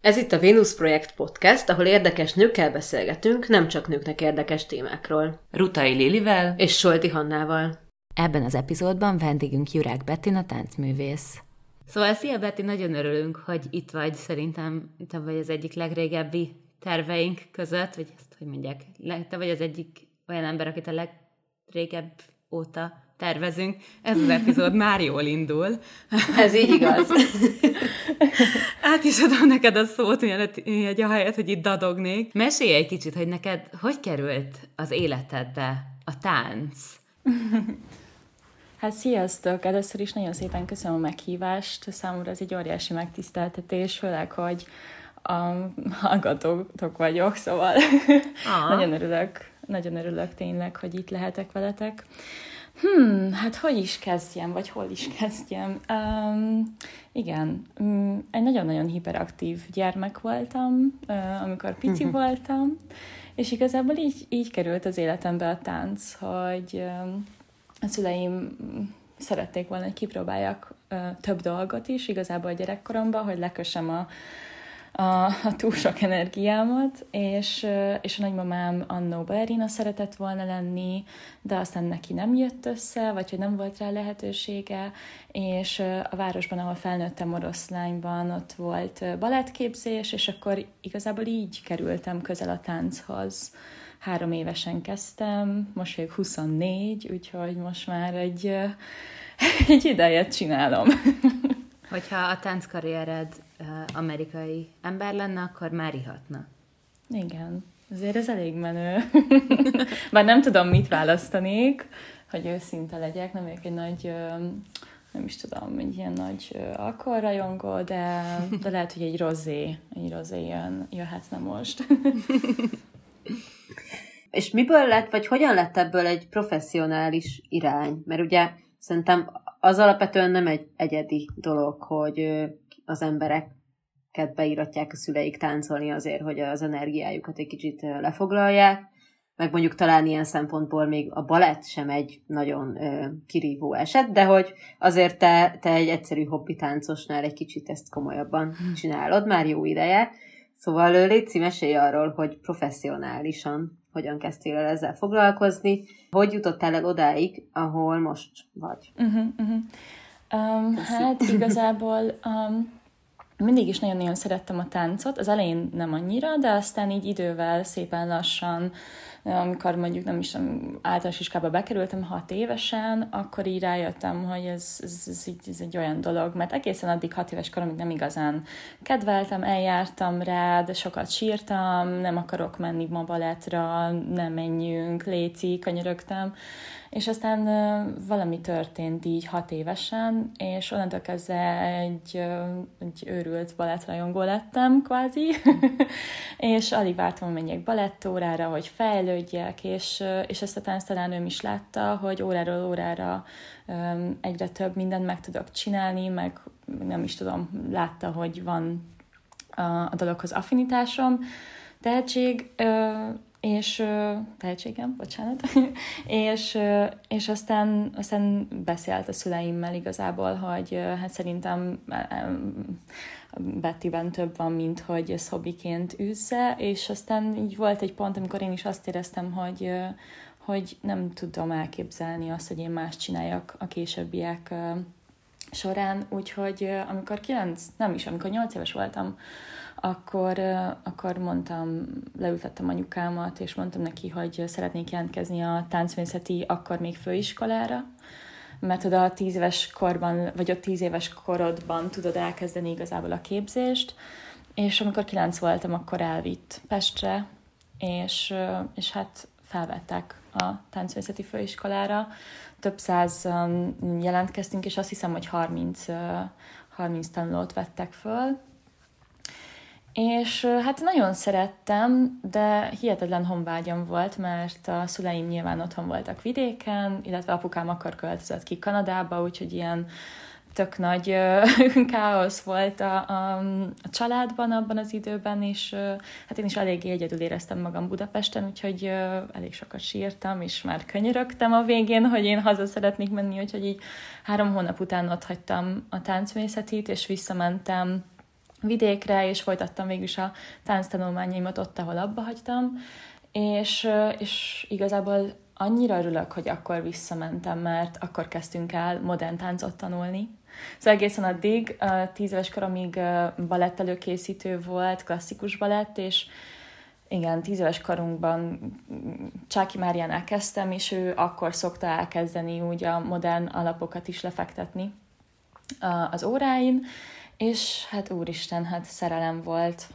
Ez itt a Vénusz Projekt Podcast, ahol érdekes nőkkel beszélgetünk, nem csak nőknek érdekes témákról. Rutai Lilivel és Solti Hannával. Ebben az epizódban vendégünk Jurák Bettina táncművész. Szóval szia Betty, nagyon örülünk, hogy itt vagy. Szerintem te vagy az egyik legrégebbi terveink között, vagy ezt hogy mondják, te vagy az egyik olyan ember, akit a legrégebb óta tervezünk. Ez az epizód már jól indul. Ez így igaz. Át is adom neked a szót, hogy ahelyett, hogy itt dadognék. Mesélj egy kicsit, hogy neked hogy került az életedbe a tánc? Hát sziasztok! Először is nagyon szépen köszönöm a meghívást. Számomra ez egy óriási megtiszteltetés, főleg, hogy hallgatótok vagyok, szóval nagyon örülök tényleg, hogy itt lehetek veletek. Hát hogy is kezdjem, vagy hol is kezdjem? Igen, egy nagyon-nagyon hiperaktív gyermek voltam, amikor pici voltam, és igazából így került az életembe a tánc, hogy a szüleim szerették volna, hogy kipróbáljak több dolgot is, igazából a gyerekkoromban, hogy lekössem a túl sok energiámat, és a nagymamám annó balerina szeretett volna lenni, de aztán neki nem jött össze, vagy hogy nem volt rá lehetősége, és a városban, ahol felnőttem Oroszlányban, ott volt balettképzés, és akkor igazából így kerültem közel a tánchoz. 3 évesen kezdtem, most vagyok 24, úgyhogy most már egy idejet csinálom. Hogyha a tánckarriered amerikai ember lenne, akkor már ihatna. Igen, azért ez elég menő. Bár nem tudom, mit választanék, hogy őszinte legyek, nem vagyok egy nagy, nem is tudom, egy ilyen nagy alkoholrajongó, de lehet, hogy egy rozé jöhetne most. És miből lett, vagy hogyan lett ebből egy professzionális irány? Mert ugye szerintem az alapvetően nem egy egyedi dolog, hogy az embereket beíratják a szüleik táncolni azért, hogy az energiájukat egy kicsit lefoglalják, meg mondjuk talán ilyen szempontból még a balett sem egy nagyon kirívó eset, de hogy azért te egy egyszerű hobbitáncosnál egy kicsit ezt komolyabban csinálod, már jó ideje. Szóval légy mesélj arról, hogy professzionálisan hogyan kezdtél el ezzel foglalkozni, hogy jutottál el odáig, ahol most vagy. Hát igazából mindig is nagyon-nagyon szerettem a táncot, az elején nem annyira, de aztán így idővel szépen lassan, amikor mondjuk nem is általános iskolába bekerültem 6 évesen, akkor így rájöttem, hogy ez egy olyan dolog, mert egészen addig 6 éves koromig nem igazán kedveltem, eljártam rá, de sokat sírtam, nem akarok menni ma balettra, nem menjünk, léci, könyörögtem, és aztán valami történt így 6 évesen, és onnantól kezdve egy őrült balettrajongó lettem, kvázi, és alig vártam, hogy menjek balettórára, hogy fejlődjek, és ezt a tánctanárnőm is látta, hogy óráról órára egyre több mindent meg tudok csinálni, meg nem is tudom, látta, hogy van a dologhoz affinitásom, tehetségem, bocsánat, és aztán beszélt a szüleimmel igazából, hogy hát szerintem Bettyben több van, mint hogy ez hobbiként űzze, és aztán így volt egy pont, amikor én is azt éreztem, hogy nem tudom elképzelni azt, hogy én más csináljak a későbbiek során, úgyhogy amikor 8 éves voltam, akkor leültettem anyukámat, és mondtam neki, hogy szeretnék jelentkezni a táncművészeti akkor még főiskolára, mert oda 10 éves korban, vagy ott 10 éves korodban tudod elkezdeni igazából a képzést, és amikor 9 voltam, akkor elvitt Pestre, és hát felvettek a táncművészeti főiskolára. Több 100 jelentkeztünk, és azt hiszem, hogy 30 tanulót vettek föl. És hát nagyon szerettem, de hihetetlen honvágyam volt, mert a szüleim nyilván otthon voltak vidéken, illetve apukám akkor költözött ki Kanadába, úgyhogy ilyen tök nagy káosz volt a családban abban az időben, és hát én is eléggé egyedül éreztem magam Budapesten, úgyhogy elég sokat sírtam, és már könyörögtem a végén, hogy én haza szeretnék menni, úgyhogy így 3 hónap után ott hagytam a táncművészetit, és visszamentem vidékre, és folytattam végül is a tánctanulmányaimat ott, ahol abba hagytam, és igazából annyira örülök, hogy akkor visszamentem, mert akkor kezdtünk el modern táncot tanulni. Szóval egészen addig, 10 éves koromig balett előkészítő volt, klasszikus balett, és igen, 10 éves korunkban Csáky Máriánál kezdtem, és ő akkor szokta elkezdeni úgy a modern alapokat is lefektetni az óráin, és hát úristen, hát szerelem volt,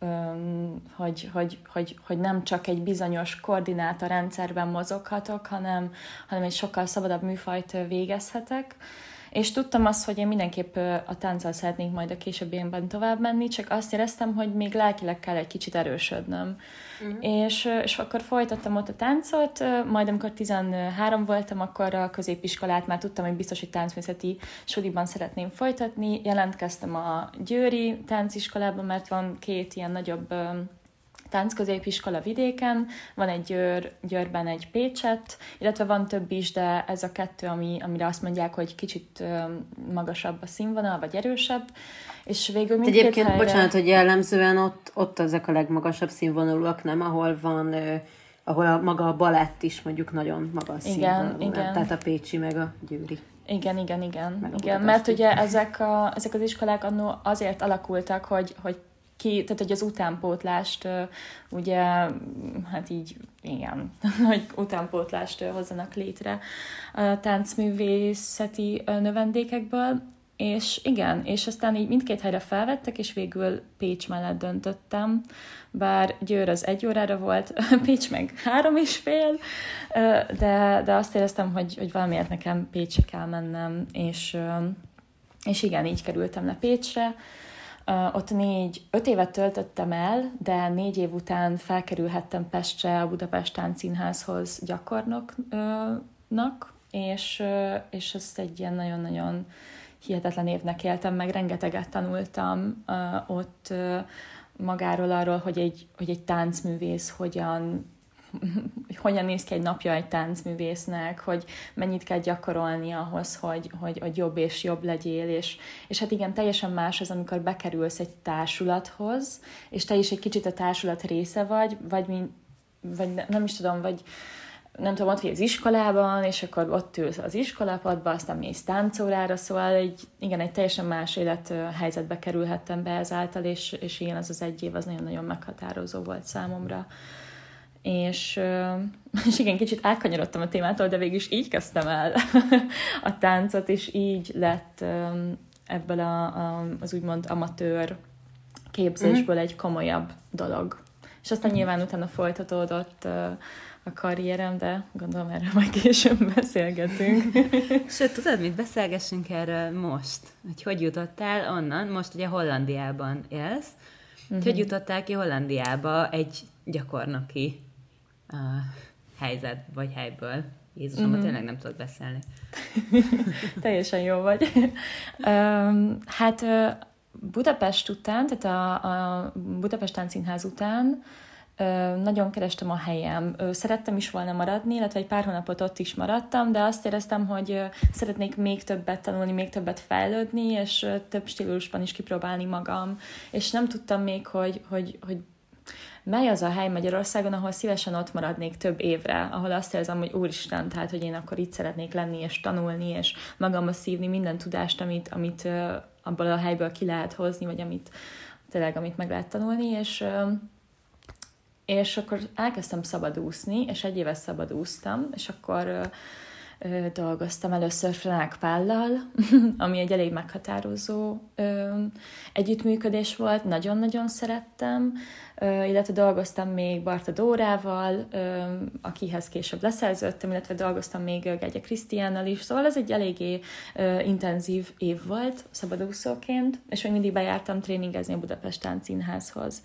hogy nem csak egy bizonyos koordináta rendszerben mozoghatok, hanem egy sokkal szabadabb műfajt végezhetek. És tudtam azt, hogy én mindenképp a tánccal szeretnék majd a későbbiekben tovább menni, csak azt éreztem, hogy még lelkileg kell egy kicsit erősödnöm. És akkor folytattam ott a táncot, majd amikor 13 voltam, akkor a középiskolát már tudtam, hogy biztos, hogy táncművészeti suliban szeretném folytatni. Jelentkeztem a győri tánciskolában, mert van 2 ilyen nagyobb táncközépiskola vidéken, van egy Győrben, egy Pécset, illetve van több is, de ez a 2, amire azt mondják, hogy kicsit magasabb a színvonal, vagy erősebb, és végül mindkét Egyébként, helyre... bocsánat, hogy jellemzően ott ezek a legmagasabb színvonalúak, nem? Ahol van, ahol maga a balett is mondjuk nagyon magas színvonalú, igen. Tehát a pécsi meg a győri. Igen, mert ugye ezek az iskolák annó azért alakultak, hogy tehát hogy az utánpótlást ugye, hát így, igen, hogy utánpótlást hozzanak létre a táncművészeti növendékekből, és igen, és aztán így mindkét helyre felvettek, és végül Pécs mellett döntöttem, bár Győr az 1 órára volt, Pécs meg 3,5, de azt éreztem, hogy valamiért nekem Pécsre kell mennem, és igen, így kerültem le Pécsre. Ott 5 évet töltöttem el, de 4 év után felkerülhettem Pestre a Budapest Táncszínházhoz gyakornoknak, és ezt egy ilyen nagyon-nagyon hihetetlen évnek éltem meg, rengeteget tanultam ott magáról arról, hogy egy táncművész hogyan néz ki egy napja egy táncművésznek, hogy mennyit kell gyakorolni ahhoz, hogy jobb és jobb legyél, és hát igen, teljesen más az, amikor bekerülsz egy társulathoz, és te is egy kicsit a társulat része vagy nem is tudom, vagy nem tudom, ott vagy az iskolában, és akkor ott ülsz az iskolapadba, aztán mész táncórára, szóval egy teljesen más élethelyzetbe kerülhettem be ezáltal, és igen, az 1 év az nagyon-nagyon meghatározó volt számomra. És igen, kicsit elkanyarodtam a témától, de végül is így kezdtem el a táncot, és így lett ebből az úgymond amatőr képzésből egy komolyabb dolog. És aztán nyilván utána folytatódott a karrierem, de gondolom erről majd később beszélgetünk. Sőt, tudod, mit beszélgessünk erről most? Hogy jutottál onnan, most ugye Hollandiában élsz, hogy jutottál ki Hollandiába egy gyakornoki helyzet, vagy helyből. Jézusom, tényleg nem tudok beszélni. Teljesen jó vagy. Hát Budapest után, tehát a Budapest Táncszínház után nagyon kerestem a helyem. Szerettem is volna maradni, illetve egy pár hónapot ott is maradtam, de azt éreztem, hogy szeretnék még többet tanulni, még többet fejlődni, és több stílusban is kipróbálni magam. És nem tudtam még, hogy mely az a hely Magyarországon, ahol szívesen ott maradnék több évre, ahol azt érzem, hogy úristen, tehát, hogy én akkor itt szeretnék lenni, és tanulni, és magamba szívni minden tudást, amit abból a helyből ki lehet hozni, vagy amit meg lehet tanulni, és akkor elkezdtem szabadúszni, és 1 évet szabadúztam, és akkor dolgoztam először Franák Pállal, ami egy elég meghatározó együttműködés volt, nagyon-nagyon szerettem, illetve dolgoztam még Barta Dórával, akihez később leszerződtem, illetve dolgoztam még Gegye Krisztiánnal is, szóval ez egy eléggé intenzív év volt szabadúszóként, és még mindig bejártam tréningezni a Budapest Táncszínházhoz.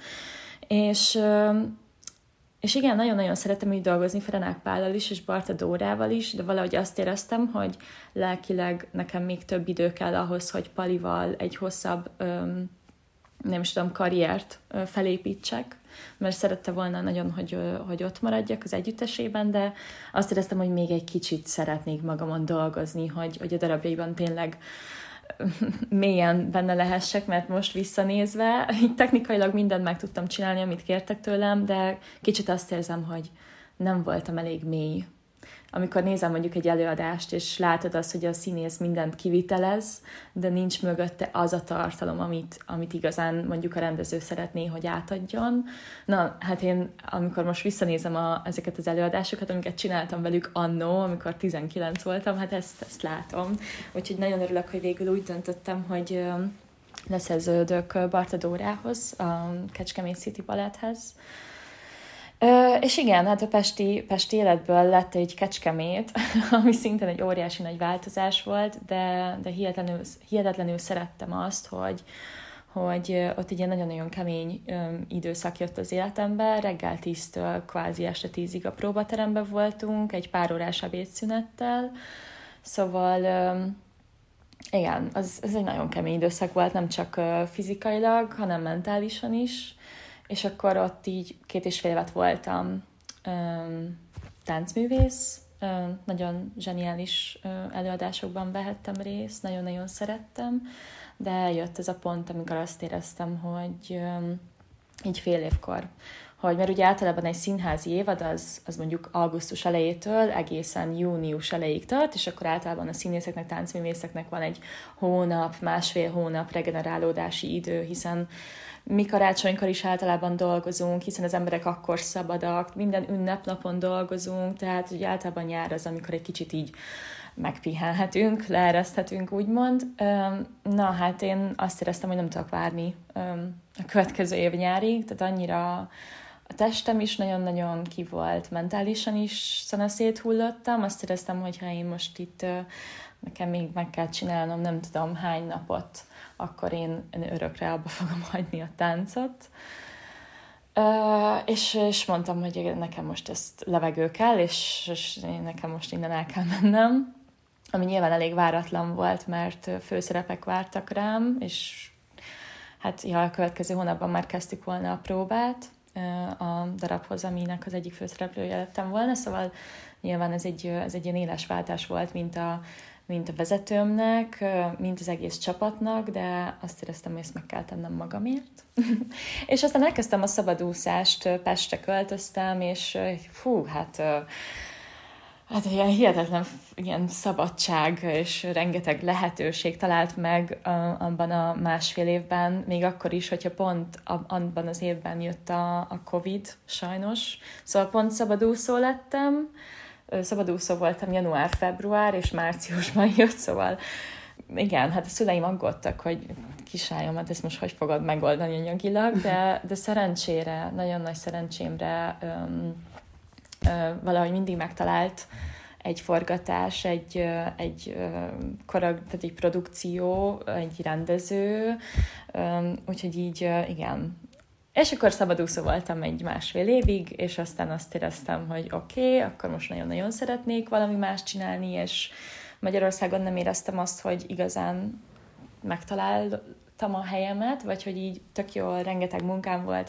És igen, nagyon-nagyon szerettem így dolgozni Franák Pállal is, és Barta Dórával is, de valahogy azt éreztem, hogy lelkileg nekem még több idő kell ahhoz, hogy Palival egy hosszabb, nem is tudom, karriert felépítsek, mert szerette volna nagyon, hogy ott maradjak az együttesében, de azt éreztem, hogy még egy kicsit szeretnék magamon dolgozni, hogy a darabjaiban tényleg mélyen benne lehessek, mert most visszanézve, így technikailag mindent meg tudtam csinálni, amit kértek tőlem, de kicsit azt érzem, hogy nem voltam elég mély. Amikor nézem mondjuk egy előadást, és látod azt, hogy a színész mindent kivitelez, de nincs mögötte az a tartalom, amit igazán mondjuk a rendező szeretné, hogy átadjon. Na, hát én, amikor most visszanézem ezeket az előadásokat, amiket csináltam velük annó, amikor 19 voltam, hát ezt látom. Úgyhogy nagyon örülök, hogy végül úgy döntöttem, hogy leszerződök Barta Dórához, a Kecskemét City Balletthez. És igen, hát a pesti életből lett egy Kecskemét, ami szintén egy óriási nagy változás volt, de hihetetlenül szerettem azt, hogy ott egy ilyen nagyon-nagyon kemény időszak jött az életembe. Reggel 10-től kvázi este 10-ig a próbateremben voltunk, egy pár órás ebédszünettel. Szóval igen, ez egy nagyon kemény időszak volt, nem csak fizikailag, hanem mentálisan is. És akkor ott így 2,5 évet voltam táncművész, nagyon zseniális előadásokban vehettem részt, nagyon-nagyon szerettem, de jött ez a pont, amikor azt éreztem, hogy így fél évkor, mert ugye általában egy színházi évad az mondjuk augusztus elejétől egészen június elejéig tart, és akkor általában a színészeknek, táncművészeknek van egy hónap, 1,5 hónap regenerálódási idő, hiszen mi karácsonykor is általában dolgozunk, hiszen az emberek akkor szabadak, minden ünnepnapon dolgozunk, tehát ugye általában nyár az, amikor egy kicsit így megpihenhetünk, leereszthetünk, úgymond. Na, hát én azt éreztem, hogy nem tudok várni a következő év nyárig, tehát annyira a testem is nagyon-nagyon ki volt, mentálisan is széthullottam. Azt éreztem, hogy ha én most itt nekem még meg kell csinálnom, nem tudom hány napot, akkor én örökre abba fogom hagyni a táncot. És mondtam, hogy nekem most ezt levegő kell, és nekem most innen el kell mennem. Ami nyilván elég váratlan volt, mert főszerepek vártak rám, és hát a következő hónapban már kezdtük volna a próbát a darabhoz, aminek az egyik főszereplője lettem volna, szóval nyilván ez egy ilyen éles váltás volt, mint a vezetőmnek, mint az egész csapatnak, de azt éreztem, hogy ezt meg kell tennem magamért. És aztán elkezdtem a szabadúszást, Pestre költöztem, és hát ilyen hihetetlen ilyen szabadság és rengeteg lehetőség talált meg abban a 1,5 évben, még akkor is, hogyha pont abban az évben jött a Covid, sajnos. Szóval pont szabadúszó lettem, szabadúszó voltam január-február, és márciusban jött, szóval igen, hát a szüleim aggódtak, hogy kislányom, hát ezt most hogy fogod megoldani anyagilag, de szerencsére, nagyon nagy szerencsémre valahogy mindig megtalált egy forgatás, egy produkció, egy rendező, úgyhogy így igen. És akkor szabadúszó voltam egy 1,5 évig, és aztán azt éreztem, hogy oké, akkor most nagyon-nagyon szeretnék valami más csinálni, és Magyarországon nem éreztem azt, hogy igazán megtaláltam a helyemet, vagy hogy így tök jól, rengeteg munkám volt,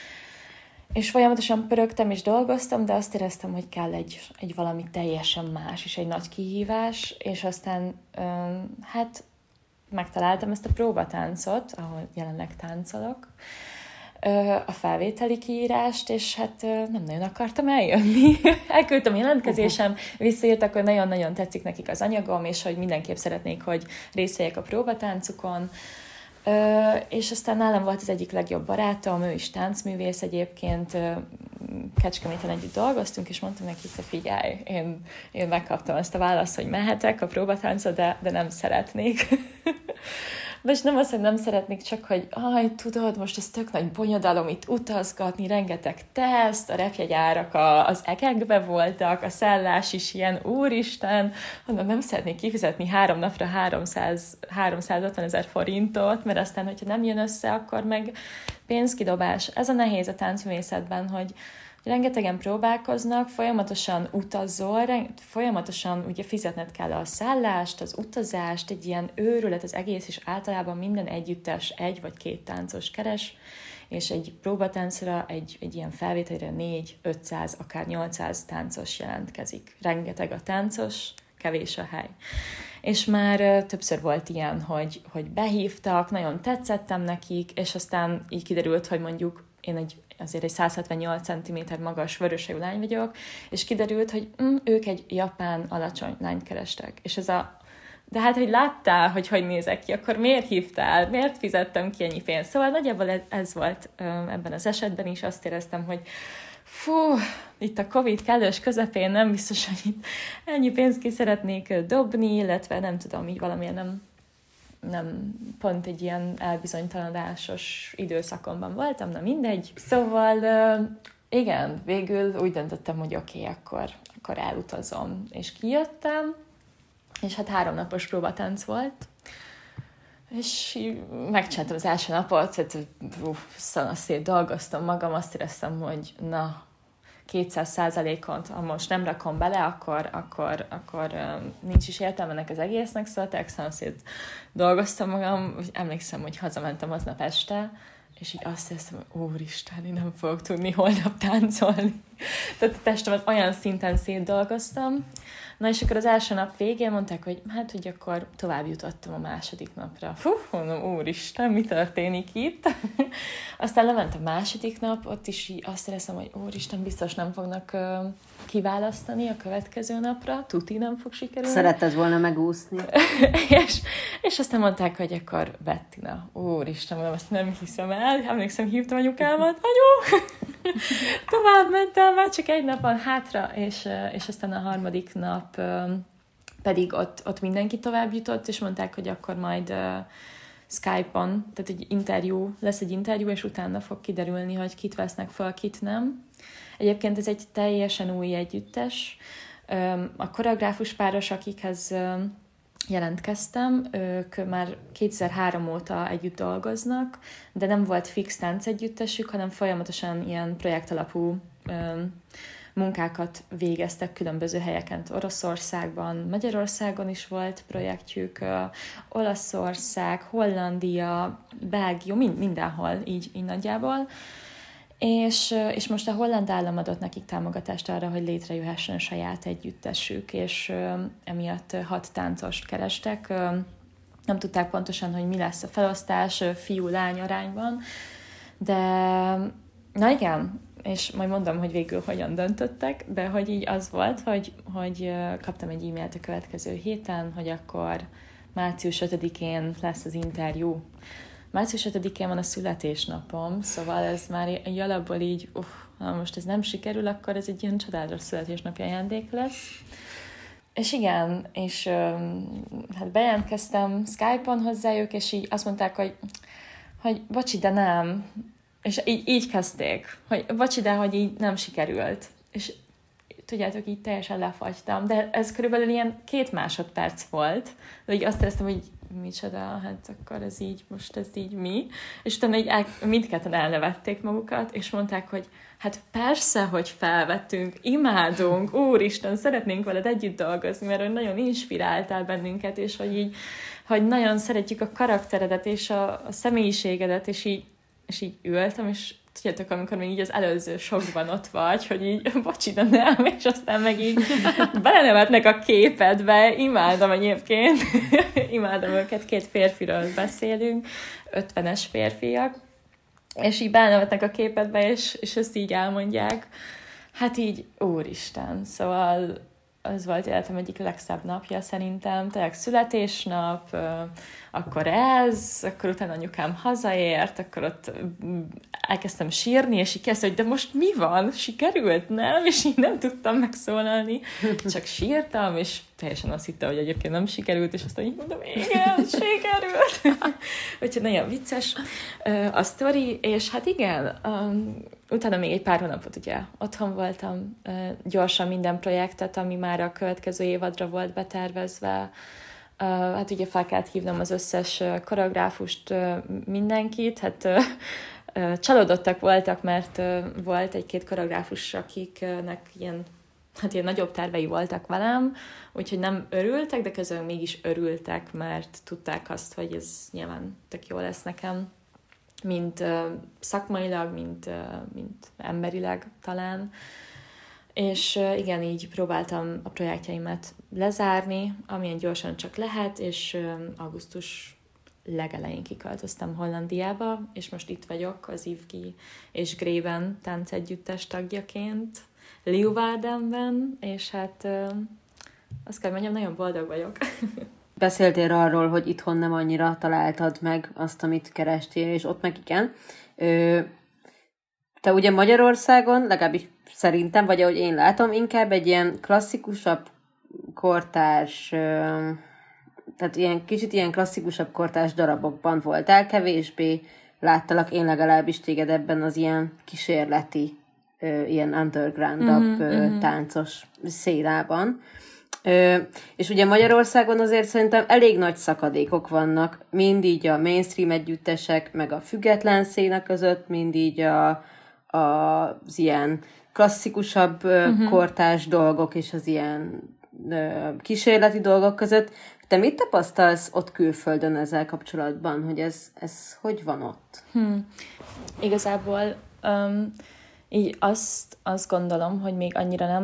és folyamatosan pörögtem és dolgoztam, de azt éreztem, hogy kell egy valami teljesen más, és egy nagy kihívás, és aztán hát megtaláltam ezt a próbatáncot, ahol jelenleg táncolok, a felvételi kiírást, és hát nem nagyon akartam eljönni. Elküldtem jelentkezésem, visszaírtak, hogy nagyon-nagyon tetszik nekik az anyagom, és hogy mindenképp szeretnék, hogy részt vegyek a próbatáncukon. És aztán nálam volt az egyik legjobb barátom, ő is táncművész egyébként, Kecskeméten együtt dolgoztunk, és mondtam neki, hogy figyelj, én megkaptam ezt a választ, hogy mehetek a próbatáncra, de nem szeretnék. Most nem az, hogy nem szeretnék, csak hogy tudod, most ez tök nagy bonyodalom itt utazgatni, rengeteg teszt, a repjegyárak az egekbe voltak, a szállás is ilyen, úristen, mondom, nem szeretnék kifizetni 3 napra 350 000 forintot, mert aztán, hogyha nem jön össze, akkor meg pénzkidobás. Ez a nehéz a táncművészetben, hogy rengetegen próbálkoznak, folyamatosan utazol, folyamatosan ugye fizetned kell a szállást, az utazást, egy ilyen őrület az egész, és általában minden együttes 1 vagy 2 táncos keres, és egy próbatáncra, egy ilyen felvételre 400-500, akár 800 táncos jelentkezik. Rengeteg a táncos, kevés a hely. és már többször volt ilyen, hogy behívtak, nagyon tetszettem nekik, és aztán így kiderült, hogy mondjuk én azért egy 178 cm magas vöröshajú lány vagyok, és kiderült, hogy ők egy japán alacsony lányt kerestek. És de hát, hogy láttál, hogy nézek ki, akkor miért hívtál? Miért fizettem ki ennyi pénzt? Szóval nagyjából ez volt ebben az esetben is. Azt éreztem, hogy itt a Covid kellős közepén nem biztos, hogy itt ennyi pénzt ki szeretnék dobni, illetve nem tudom, így valamilyen nem pont egy ilyen elbizonytalanodásos időszakomban voltam, na mindegy. Szóval igen, végül úgy döntöttem, hogy oké, akkor elutazom. És kijöttem, és hát 3 napos próbatánc volt, és megcsináltam az első napot, tehát szanaszét dolgoztam magam, azt éreztem, hogy na, 200%-ot, ha most nem rakom bele, akkor nincs is értelme ennek az egésznek, szóval szanaszét dolgoztam magam, emlékszem, hogy hazamentem aznap este, és így azt hiszem, hogy úristen, én nem fogok tudni holnap táncolni. Tehát a testemet olyan szinten szétdolgoztam. Na és akkor az első nap végén mondták, hogy hát, hogy akkor tovább jutottam a második napra. Mondom, úristen, mi történik itt? Aztán lement a második nap, ott is így azt éreztem, hogy úristen, biztos nem fognak kiválasztani a következő napra, tuti nem fog sikerülni. Szeretted volna megúszni. és aztán mondták, hogy akkor Bettina, úristen, mondom, azt nem hiszem el. Emlékszem, hívtam anyukámat, anyu! Tovább mentem, már csak egy nap van hátra, és aztán a harmadik nap pedig ott mindenki tovább jutott, és mondták, hogy akkor majd Skype-on, tehát lesz egy interjú, és utána fog kiderülni, hogy kit vesznek fel, kit nem. Egyébként ez egy teljesen új együttes. A koreográfus páros, akikhez jelentkeztem, ők már 2003 óta együtt dolgoznak, de nem volt fix táncegyüttesük, hanem folyamatosan ilyen projektalapú munkákat végeztek különböző helyeken. Oroszországban, Magyarországon is volt projektjük, Olaszország, Hollandia, Belgium, mindenhol így nagyjából. És most a holland állam adott nekik támogatást arra, hogy létrejöhessen saját együttesük, és emiatt 6 táncost kerestek. Nem tudták pontosan, hogy mi lesz a felosztás fiú-lány arányban, de na igen, és majd mondom, hogy végül hogyan döntöttek, de hogy így az volt, hogy kaptam egy e-mailt a következő héten, hogy akkor március 5-én lesz az interjú. Március 5-én van a születésnapom, szóval ez már egy alapból így, ha most ez nem sikerül, akkor ez egy ilyen csodálatos születésnapi ajándék lesz. És igen, és hát bejelentkeztem Skype-on hozzájuk, és így azt mondták, hogy bocsi, de nem. És így kezdték, hogy bocsi, de hogy így nem sikerült. És tudjátok, így teljesen lefagytam, de ez körülbelül ilyen 2 másodperc volt, de így azt éreztem, hogy micsoda, hát akkor ez így, most ez így mi? És utána így mindketten elnevették magukat, és mondták, hogy hát persze, hogy felvettünk, imádunk, úristen, szeretnénk veled együtt dolgozni, mert nagyon inspiráltál bennünket, és hogy így, hogy nagyon szeretjük a karakteredet, és a személyiségedet, és így ültem, és tudjátok, amikor még így az előző sokban ott vagy, hogy így bocsi, de nem, és aztán meg így belenevetnek a képedbe, imádom egyébként, imádom őket, 2 férfiről beszélünk, 50-es férfiak, és így belenevetnek a képedbe, és ezt így elmondják, hát így, úristen, szóval az volt életem egyik legszebb napja szerintem, tényleg születésnap, akkor akkor utána anyukám hazaért, akkor ott elkezdtem sírni, és így kezdtem, hogy de most mi van? Sikerült, nem? És így nem tudtam megszólalni, csak sírtam, és teljesen azt hittem, hogy egyébként nem sikerült, és aztán így mondom, igen, sikerült! Úgyhogy nagyon vicces a sztori, és hát igen, utána még egy pár hónapot ugye otthon voltam, gyorsan minden projektet, ami már a következő évadra volt betervezve, hát ugye fel kellett hívnom az összes koreográfust, mindenkit, hát csalódottak voltak, mert volt 1-2 koreográfus, akiknek ilyen nagyobb tervei voltak velem, úgyhogy nem örültek, de közben mégis örültek, mert tudták azt, hogy ez nyilván tök jó lesz nekem, mint szakmailag, mint emberileg talán. És igen, így próbáltam a projektjeimet lezárni, amilyen gyorsan csak lehet, és augusztus legelején kiköltöztem Hollandiába, és most itt vagyok az Ivgi és Grében táncegyüttes tagjaként, Leeuwardenben, és hát azt kell mondjam, nagyon boldog vagyok. Beszéltél arról, hogy itthon nem annyira találtad meg azt, amit kerestél, és ott meg igen. Te ugye Magyarországon, legalábbis szerintem, vagy ahogy én látom, inkább egy ilyen klasszikusabb kortárs, tehát kicsit ilyen klasszikusabb kortárs darabokban voltál, kevésbé láttalak én legalábbis téged ebben az ilyen kísérleti, ilyen underground-abb táncos szélában. És ugye Magyarországon azért szerintem elég nagy szakadékok vannak, mind így a mainstream együttesek, meg a független széna között, mind így az ilyen klasszikusabb kortárs dolgok és az ilyen kísérleti dolgok között. Te mit tapasztalsz ott külföldön ezzel kapcsolatban, hogy ez hogy van ott? Igazából így azt gondolom, hogy még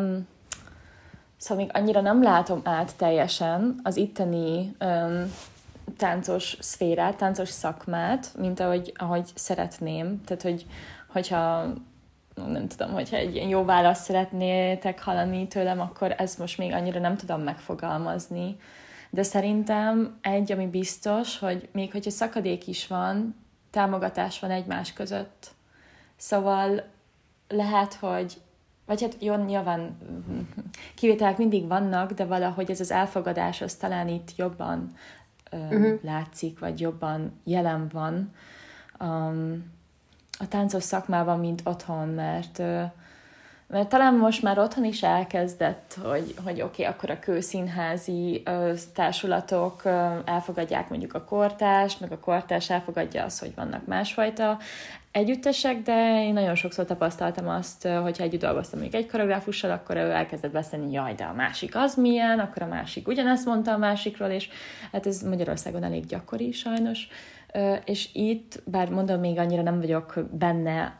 annyira nem látom át teljesen az itteni táncos szférát, táncos szakmát, mint ahogy szeretném. Tehát, hogyha nem tudom, hogyha egy ilyen jó választ szeretnétek hallani tőlem, akkor ezt most még annyira nem tudom megfogalmazni. De szerintem ami biztos, hogy még hogyha szakadék is van, támogatás van egymás között. Szóval lehet, hogy vagy hát jó, nyilván kivételek mindig vannak, de valahogy ez az elfogadás az talán itt jobban látszik, vagy jobban jelen van a táncos szakmában, mint otthon, mert talán most már otthon is elkezdett, hogy oké, akkor a kőszínházi társulatok elfogadják mondjuk a kortást, meg a kortárs elfogadja azt, hogy vannak másfajta együttesek, de én nagyon sokszor tapasztaltam azt, hogyha együtt dolgoztam még egy koreográfussal, akkor ő elkezdett beszélni, jaj, de a másik az milyen, akkor a másik ugyanezt mondta a másikról, és hát ez Magyarországon elég gyakori sajnos. És itt, bár mondom, még annyira nem vagyok benne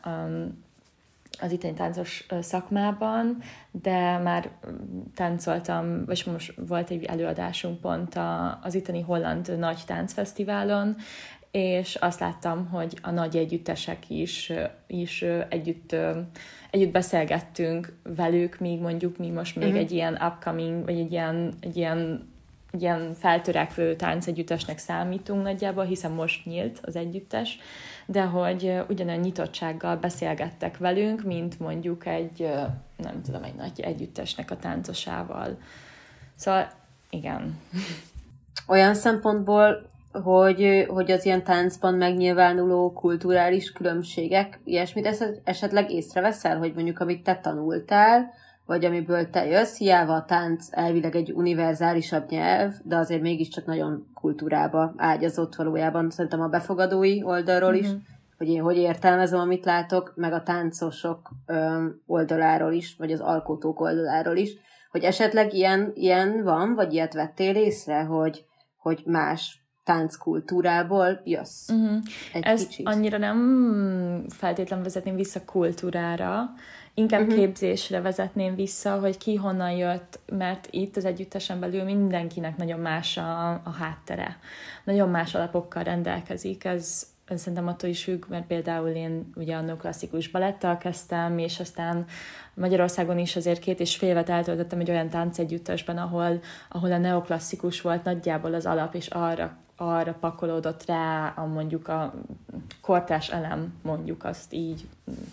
az itteni táncos szakmában, de már táncoltam, vagy most volt egy előadásunk pont az itteni holland nagy táncfesztiválon, és azt láttam, hogy a nagy együttesek is együtt beszélgettünk velük, míg mondjuk mi most még egy ilyen upcoming, vagy egy ilyen feltörekvő táncegyüttesnek számítunk nagyjából, hiszen most nyílt az együttes, de hogy ugyanolyan nyitottsággal beszélgettek velünk, mint mondjuk egy nagy együttesnek a táncosával. Szóval igen. Olyan szempontból, hogy az ilyen táncban megnyilvánuló kulturális különbségek, ilyesmit esetleg észreveszel, hogy mondjuk amit te tanultál, vagy amiből te jössz, hiába a tánc elvileg egy univerzálisabb nyelv, de azért mégiscsak nagyon kultúrába ágyazott valójában. Szerintem a befogadói oldalról is, hogy én hogy értelmezem, amit látok, meg a táncosok oldaláról is, vagy az alkotók oldaláról is, hogy esetleg ilyen van, vagy ilyet vettél észre, hogy más tánckultúrából jössz. Ezt kicsit. Annyira nem feltétlenül vezetném vissza kultúrára, inkább képzésre vezetném vissza, hogy ki honnan jött, mert itt az együttesen belül mindenkinek nagyon más a háttere. Nagyon más alapokkal rendelkezik. Ez szerintem attól is függ, mert például én ugye annó klasszikus balettal kezdtem, és aztán Magyarországon is azért 2,5 évet eltöltöttem egy olyan táncegyüttesben, ahol a neoklasszikus volt nagyjából az alap, és arra pakolódott rá mondjuk a kortárs elem, mondjuk azt így.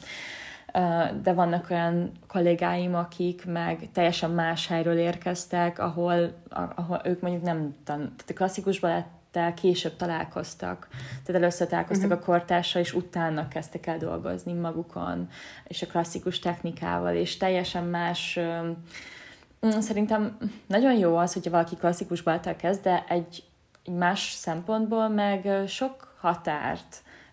De vannak olyan kollégáim, akik meg teljesen más helyről érkeztek, ahol ők mondjuk tehát a klasszikus balettel később találkoztak. Tehát először találkoztak a kortárssal, és utána kezdtek el dolgozni magukon, és a klasszikus technikával, és teljesen más. Szerintem nagyon jó az, hogyha valaki klasszikus balettel kezd, de egy más szempontból meg sok határt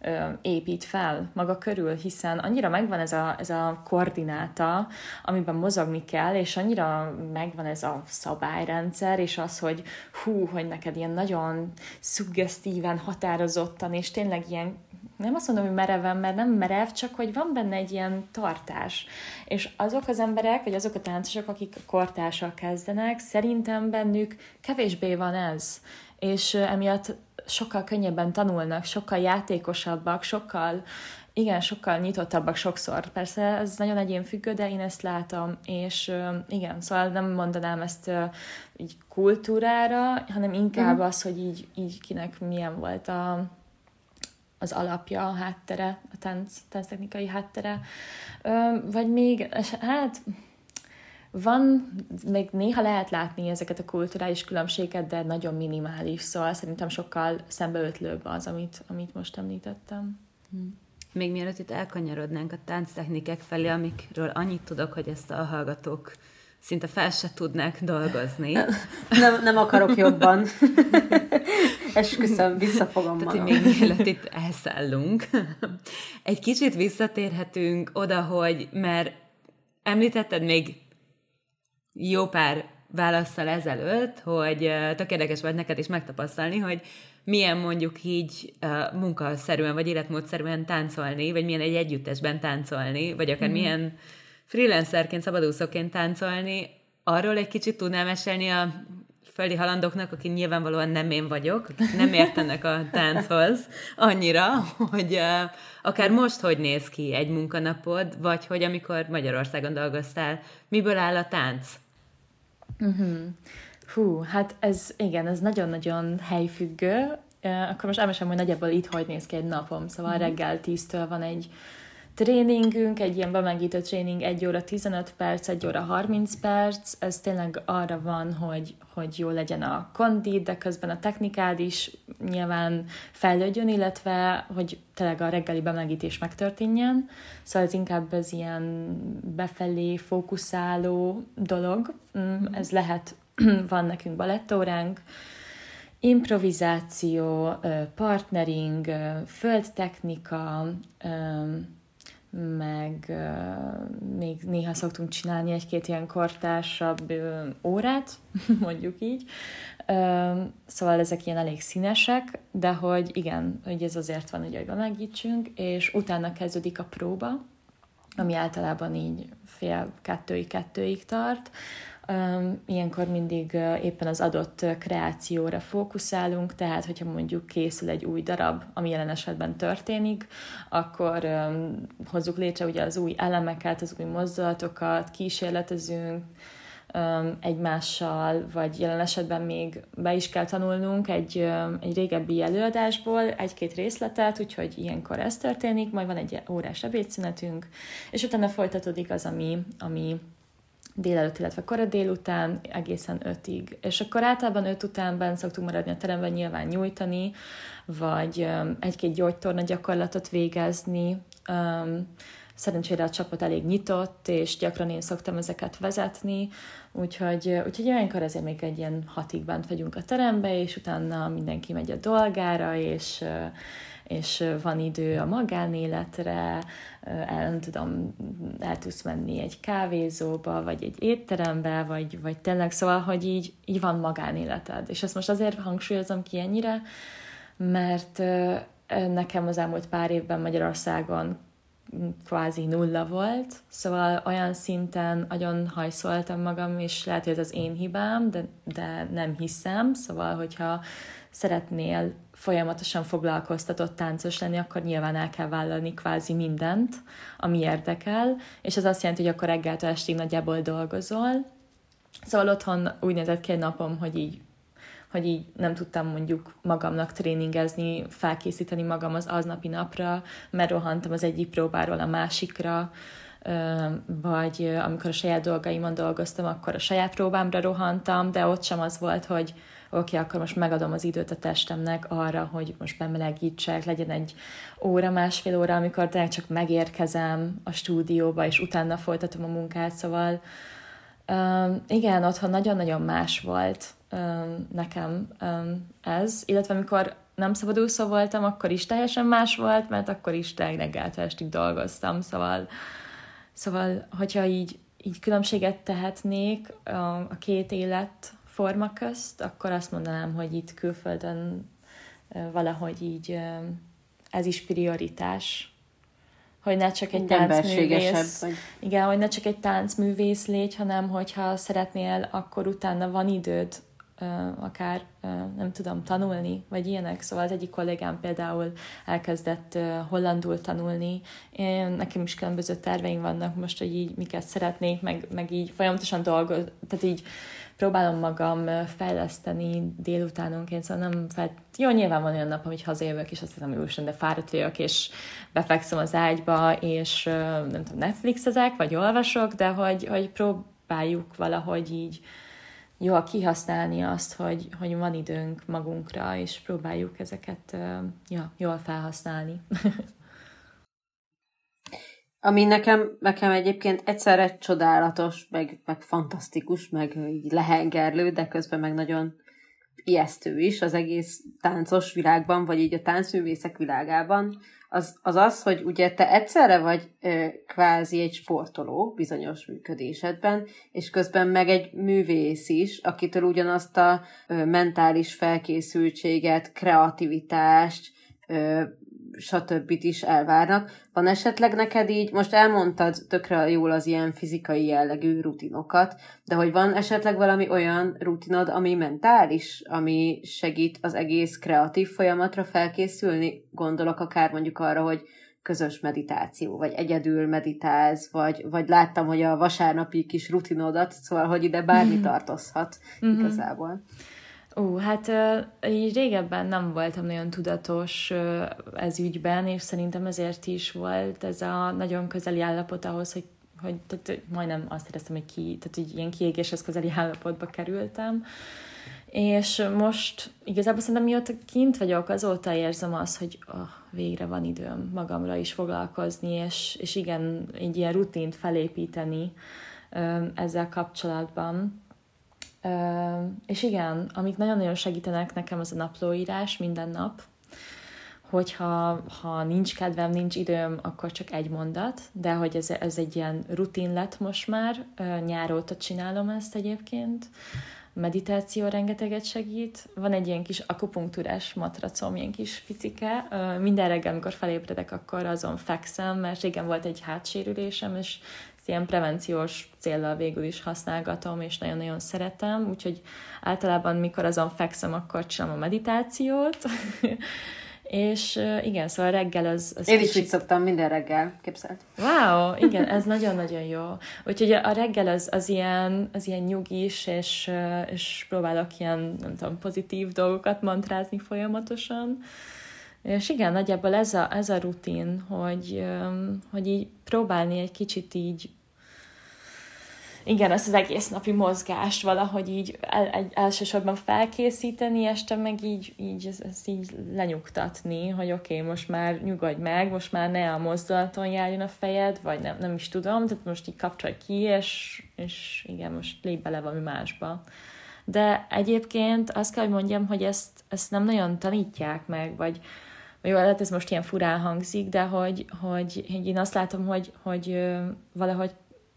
épít fel maga körül, hiszen annyira megvan ez a koordináta, amiben mozogni kell, és annyira megvan ez a szabályrendszer, és az, hogy hogy neked ilyen nagyon szuggesztíven, határozottan, és tényleg ilyen, nem azt mondom, hogy mereven, mert nem merev, csak hogy van benne egy ilyen tartás. És azok az emberek, vagy azok a táncosok, akik kortárssal kezdenek, szerintem bennük kevésbé van ez. És emiatt sokkal könnyebben tanulnak, sokkal játékosabbak, sokkal nyitottabbak sokszor. Persze ez nagyon egyénfüggő, de én ezt látom, és igen, szóval nem mondanám ezt így kultúrára, hanem inkább az, hogy így kinek milyen volt az alapja, a háttere, a tánctechnikai háttere. Vagy még, hát van, még néha lehet látni ezeket a kulturális különbséget, de nagyon minimális, szóval szerintem sokkal szembeötlőbb az, amit most említettem. Még mielőtt itt elkanyarodnánk a tánctechnikek felé, amikről annyit tudok, hogy ezt a hallgatók szinte fel se tudnák dolgozni. Nem akarok jobban. Esküszöm, visszafogom magam. Tehát, még mielőtt itt elszállunk. Egy kicsit visszatérhetünk oda, hogy mert említetted még jó pár válasszal ezelőtt, hogy tök érdekes volt neked is megtapasztalni, hogy milyen mondjuk így munkaszerűen vagy életmódszerűen táncolni, vagy milyen egy együttesben táncolni, vagy akár milyen freelancerként, szabadúszóként táncolni. Arról egy kicsit tudnál mesélni a földi halandóknak, aki nyilvánvalóan nem én vagyok, akik nem értenek a tánchoz annyira, hogy akár most hogy néz ki egy munkanapod, vagy hogy amikor Magyarországon dolgoztál, miből áll a tánc? Hát ez nagyon-nagyon helyfüggő. Akkor most elmesem, hogy nagyjából itt hogy néz ki egy napom. Szóval reggel 10-től van egy tréningünk, egy ilyen bemelegítő tréning 1 óra 15 perc, 1 óra 30 perc. Ez tényleg arra van, hogy jó legyen a kondi, de közben a technikád is nyilván fejlődjön, illetve hogy tényleg a reggeli bemelegítés megtörténjen. Szóval ez inkább az ilyen befelé fókuszáló dolog. Ez lehet, van nekünk balettóránk, improvizáció, partnering, földtechnika, meg még néha szoktunk csinálni egy-két ilyen kortársabb órát, mondjuk így. Szóval ezek ilyen elég színesek, de hogy igen, hogy ez azért van, hogy megítsünk, és utána kezdődik a próba, ami általában így fél kettőig tart. Ilyenkor mindig éppen az adott kreációra fókuszálunk, tehát hogyha mondjuk készül egy új darab, ami jelen esetben történik, akkor hozzuk létre ugye az új elemeket, az új mozdulatokat, kísérletezünk egymással, vagy jelen esetben még be is kell tanulnunk egy régebbi előadásból egy-két részletet, úgyhogy ilyenkor ez történik, majd van egy órás ebédszünetünk, és utána folytatódik az, ami délelőtt, illetve kora délután, egészen 5-ig. És akkor általában 5 utánban szoktunk maradni a teremben nyilván nyújtani, vagy egy-két gyógytorna gyakorlatot végezni. Szerencsére a csapat elég nyitott, és gyakran én szoktam ezeket vezetni, úgyhogy olyankor azért még egy ilyen 6-ig bent vagyunk a terembe, és utána mindenki megy a dolgára, és van idő a magánéletre, el tudsz menni egy kávézóba, vagy egy étterembe, vagy tényleg, szóval, hogy így van magánéleted. És ezt most azért hangsúlyozom ki ennyire, mert nekem az elmúlt pár évben Magyarországon kvázi nulla volt, szóval olyan szinten nagyon hajszoltam magam, és lehet, hogy ez az én hibám, de nem hiszem, szóval, hogyha szeretnél folyamatosan foglalkoztatott táncos lenni, akkor nyilván el kell vállalni kvázi mindent, ami érdekel, és ez azt jelenti, hogy akkor reggeltől estig nagyjából dolgozol. Szóval otthon úgy nézett ki egy napom, hogy így nem tudtam mondjuk magamnak tréningezni, felkészíteni magam az aznapi napra, mert rohantam az egyik próbáról a másikra, vagy amikor a saját dolgaimon dolgoztam, akkor a saját próbámra rohantam, de ott sem az volt, hogy oké, akkor most megadom az időt a testemnek arra, hogy most bemelegítsek, legyen egy óra, másfél óra, amikor tényleg csak megérkezem a stúdióba, és utána folytatom a munkát, szóval igen, otthon nagyon-nagyon más volt, nekem ez, illetve amikor nem szabadúszó voltam, akkor is teljesen más volt, mert akkor is reggeltől estig dolgoztam, szóval hogyha így különbséget tehetnék a két életforma közt, akkor azt mondanám, hogy itt külföldön valahogy így ez is prioritás, hogy ne csak egy táncművész, igen, hogy ne csak egy táncművész légy, hanem hogyha szeretnél, akkor utána van időd akár, nem tudom, tanulni, vagy ilyenek. Szóval az egyik kollégám például elkezdett hollandul tanulni. Nekem is különböző terveim vannak most, hogy így miket szeretnék, meg így folyamatosan tehát így próbálom magam fejleszteni délutánonként, szóval nem jó, nyilván van olyan nap, hogy hazajövök, és azt hiszem, hogy de fáradt vagyok, és befekszem az ágyba, és nem tudom, Netflixezek, vagy olvasok, de hogy próbáljuk valahogy így jól kihasználni azt, hogy van időnk magunkra, és próbáljuk ezeket jól felhasználni. Ami nekem egyébként egyszerre csodálatos, meg fantasztikus, meg így lehengerlő, de közben meg nagyon ijesztő is az egész táncos világban, vagy így a táncművészek világában, az, hogy ugye te egyszerre vagy kvázi egy sportoló bizonyos működésedben, és közben meg egy művész is, akitől ugyanazt a mentális felkészültséget, kreativitást, stb. Is elvárnak. Van esetleg neked így, most elmondtad tökre jól az ilyen fizikai jellegű rutinokat, de hogy van esetleg valami olyan rutinod, ami mentális, ami segít az egész kreatív folyamatra felkészülni? Gondolok akár mondjuk arra, hogy közös meditáció, vagy egyedül meditálsz, vagy láttam, hogy a vasárnapi kis rutinodat, szóval, hogy ide bármi tartozhat igazából. Hát így régebben nem voltam nagyon tudatos ez ügyben, és szerintem ezért is volt ez a nagyon közeli állapot ahhoz, hogy tehát majdnem azt éreztem, hogy tehát így ilyen kiégéshez közeli állapotba kerültem. És most igazából szerintem mióta kint vagyok, azóta érzem azt, hogy végre van időm magamra is foglalkozni, és igen, egy ilyen rutint felépíteni ezzel kapcsolatban. És igen, amik nagyon-nagyon segítenek nekem, az a naplóírás minden nap, hogyha nincs kedvem, nincs időm, akkor csak egy mondat, de hogy ez egy ilyen rutin lett most már, nyár óta csinálom ezt egyébként, meditáció rengeteget segít, van egy ilyen kis akupunktúrás matracom, ilyen kis picike, minden reggel, amikor felébredek, akkor azon fekszem, mert régen volt egy hátsérülésem, és ilyen prevenciós céllal végül is használgatom, és nagyon-nagyon szeretem, úgyhogy általában, mikor azon fekszem, akkor csinálom a meditációt, és igen, szóval reggel az én is így szoktam minden reggel, képzeld. Wow, igen, ez nagyon-nagyon jó. Úgyhogy a reggel az ilyen nyugis, és próbálok ilyen, nem tudom, pozitív dolgokat mantrázni folyamatosan. És igen, nagyjából ez a rutin, hogy így próbálni egy kicsit így, igen, azt az egész napi mozgást valahogy így elsősorban felkészíteni, este meg így ezt így lenyugtatni, hogy oké, most már nyugodj meg, most már ne a mozdulaton járjon a fejed, vagy nem is tudom, tehát most így kapcsolj ki, és igen, most lépj bele valami másba. De egyébként azt kell, hogy mondjam, hogy ezt nem nagyon tanítják meg, vagy jó, lehet ez most ilyen furán hangzik, de hogy én azt látom, hogy valahogy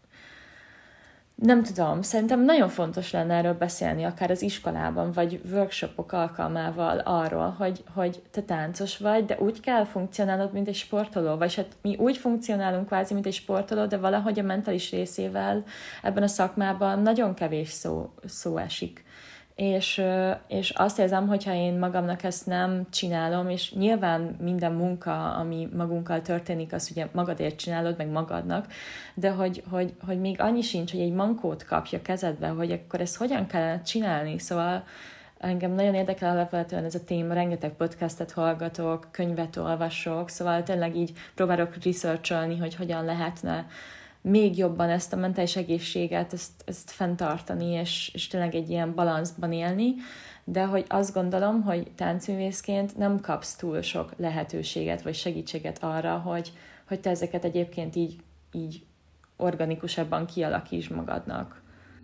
nem tudom, szerintem nagyon fontos lenne erről beszélni, akár az iskolában, vagy workshopok alkalmával arról, hogy te táncos vagy, de úgy kell funkcionálnod, mint egy sportoló, vagy hát mi úgy funkcionálunk kvázi, mint egy sportoló, de valahogy a mentális részével ebben a szakmában nagyon kevés szó esik. És azt érzem, hogyha én magamnak ezt nem csinálom, és nyilván minden munka, ami magunkkal történik, azt ugye magadért csinálod, meg magadnak, de hogy még annyi sincs, hogy egy mankót kapja kezedbe, hogy akkor ezt hogyan kellene csinálni. Szóval engem nagyon érdekel alapvetően ez a téma, rengeteg podcastet hallgatok, könyvet olvasok, szóval tényleg így próbálok researcholni, hogy hogyan lehetne még jobban ezt a mentális egészséget, ezt fenntartani, és tényleg egy ilyen balanszban élni, de hogy azt gondolom, hogy táncművészként nem kapsz túl sok lehetőséget, vagy segítséget arra, hogy te ezeket egyébként így organikusabban kialakítsd magadnak.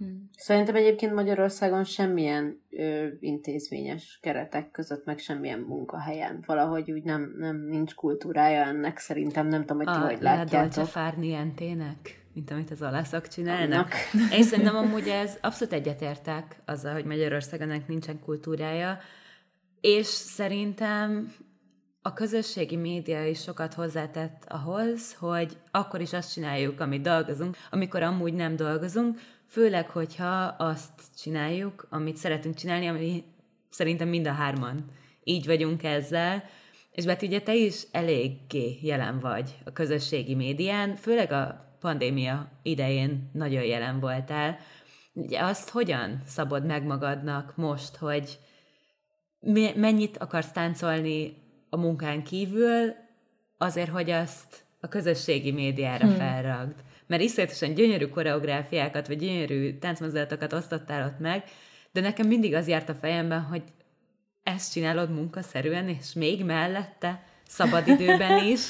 Szerintem egyébként Magyarországon semmilyen intézményes keretek között, meg semmilyen munkahelyen valahogy úgy nem nincs kultúrája ennek, szerintem, nem tudom, hogy ti hogy látjátok. A Dolce Far Nientének, mint amit az olaszok csinálnak. És szerintem amúgy ez abszolút egyetértek azzal, hogy Magyarországon ennek nincsen kultúrája, és szerintem a közösségi média is sokat hozzátett ahhoz, hogy akkor is azt csináljuk, amit dolgozunk, amikor amúgy nem dolgozunk, főleg, hogyha azt csináljuk, amit szeretünk csinálni, ami szerintem mind a hárman így vagyunk ezzel, és Beti, ugye te is eléggé jelen vagy a közösségi médián, főleg a pandémia idején nagyon jelen voltál. Ugye azt hogyan szabod meg magadnak most, hogy mennyit akarsz táncolni a munkán kívül, azért, hogy azt a közösségi médiára felragd. Mert iszonyatosan gyönyörű koreográfiákat, vagy gyönyörű táncmozdulatokat osztottál ott meg, de nekem mindig az járt a fejemben, hogy ezt csinálod munkaszerűen, és még mellette, szabadidőben is.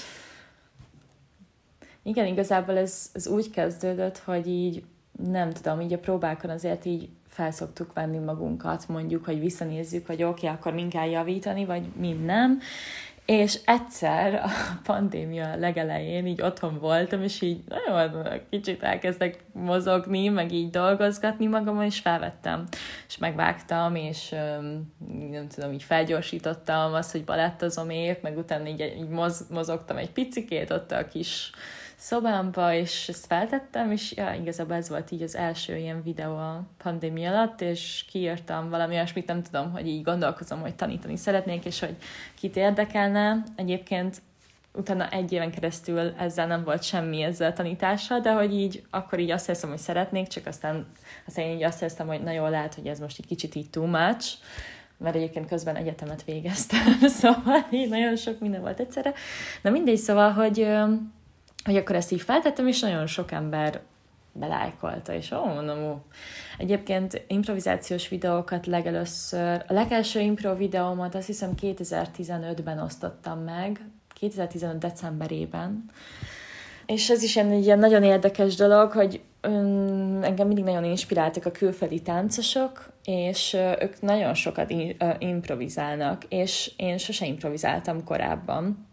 Igen, igazából ez úgy kezdődött, hogy így nem tudom, így a próbákon azért így felszoktuk venni magunkat, mondjuk, hogy visszanézzük, hogy oké, akkor mind kell javítani, vagy mind nem. És egyszer a pandémia legelején így otthon voltam, és így nagyon kicsit elkezdek mozogni, meg így dolgozgatni magamon, és felvettem, és megvágtam, és nem tudom, így felgyorsítottam azt, hogy balettozom épp, meg utána így mozogtam egy picikét ott a kis szobámba, és ezt feltettem, és ja, igazából ez volt így az első ilyen videó a pandémia alatt, és kiírtam valami olyasmit, nem tudom, hogy így gondolkozom, hogy tanítani szeretnék, és hogy kit érdekelne. Egyébként utána 1 éven keresztül ezzel nem volt semmi ezzel a tanítással, de hogy így akkor így azt hiszem, hogy szeretnék, csak aztán én így azt hiszem, hogy na jó, lehet, hogy ez most egy kicsit így too much, mert egyébként közben egyetemet végeztem, szóval így nagyon sok minden volt egyszerre. Na mindegy, szóval, hogy akkor ezt így feltettem, és nagyon sok ember belájkolta, és mondom, Egyébként improvizációs videókat legelőször, a legelső impro videómat azt hiszem 2015-ben osztottam meg, 2015 decemberében, és ez is egy ilyen nagyon érdekes dolog, hogy engem mindig nagyon inspiráltak a külföldi táncosok, és ők nagyon sokat improvizálnak, és én sose improvizáltam korábban.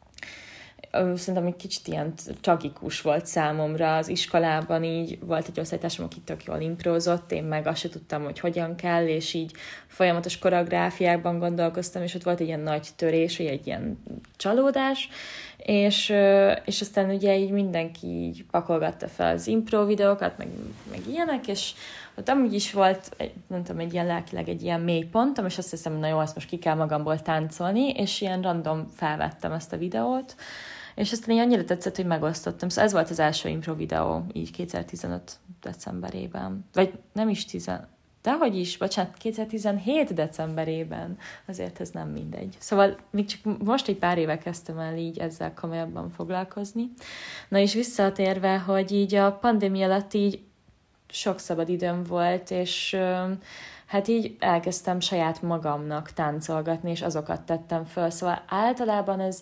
Szerintem egy kicsit ilyen tragikus volt számomra. Az iskolában így volt egy osztálytársam, aki tök jól improzott, én meg azt se tudtam, hogy hogyan kell, és így folyamatos koreográfiákban gondolkoztam, és ott volt egy ilyen nagy törés, vagy egy ilyen csalódás, és aztán ugye így mindenki így pakolgatta fel az impro videókat, meg ilyenek, és ott amúgy is volt, nem tudom, egy ilyen lelkileg egy ilyen mély pontom, és azt hiszem, na jó, ezt most ki kell magamból táncolni, és ilyen random felvettem ezt a videót, és aztán így annyira tetszett, hogy megosztottam. Szóval ez volt az első impro videó, így 2015 decemberében. Vagy nem is dehogy is, bocsánat, 2017 decemberében. Azért ez nem mindegy. Szóval még csak most egy pár éve kezdtem el így ezzel komolyabban foglalkozni. Na és visszatérve, hogy így a pandémia alatt így sok szabad időm volt, és hát így elkezdtem saját magamnak táncolgatni, és azokat tettem föl. Szóval általában ez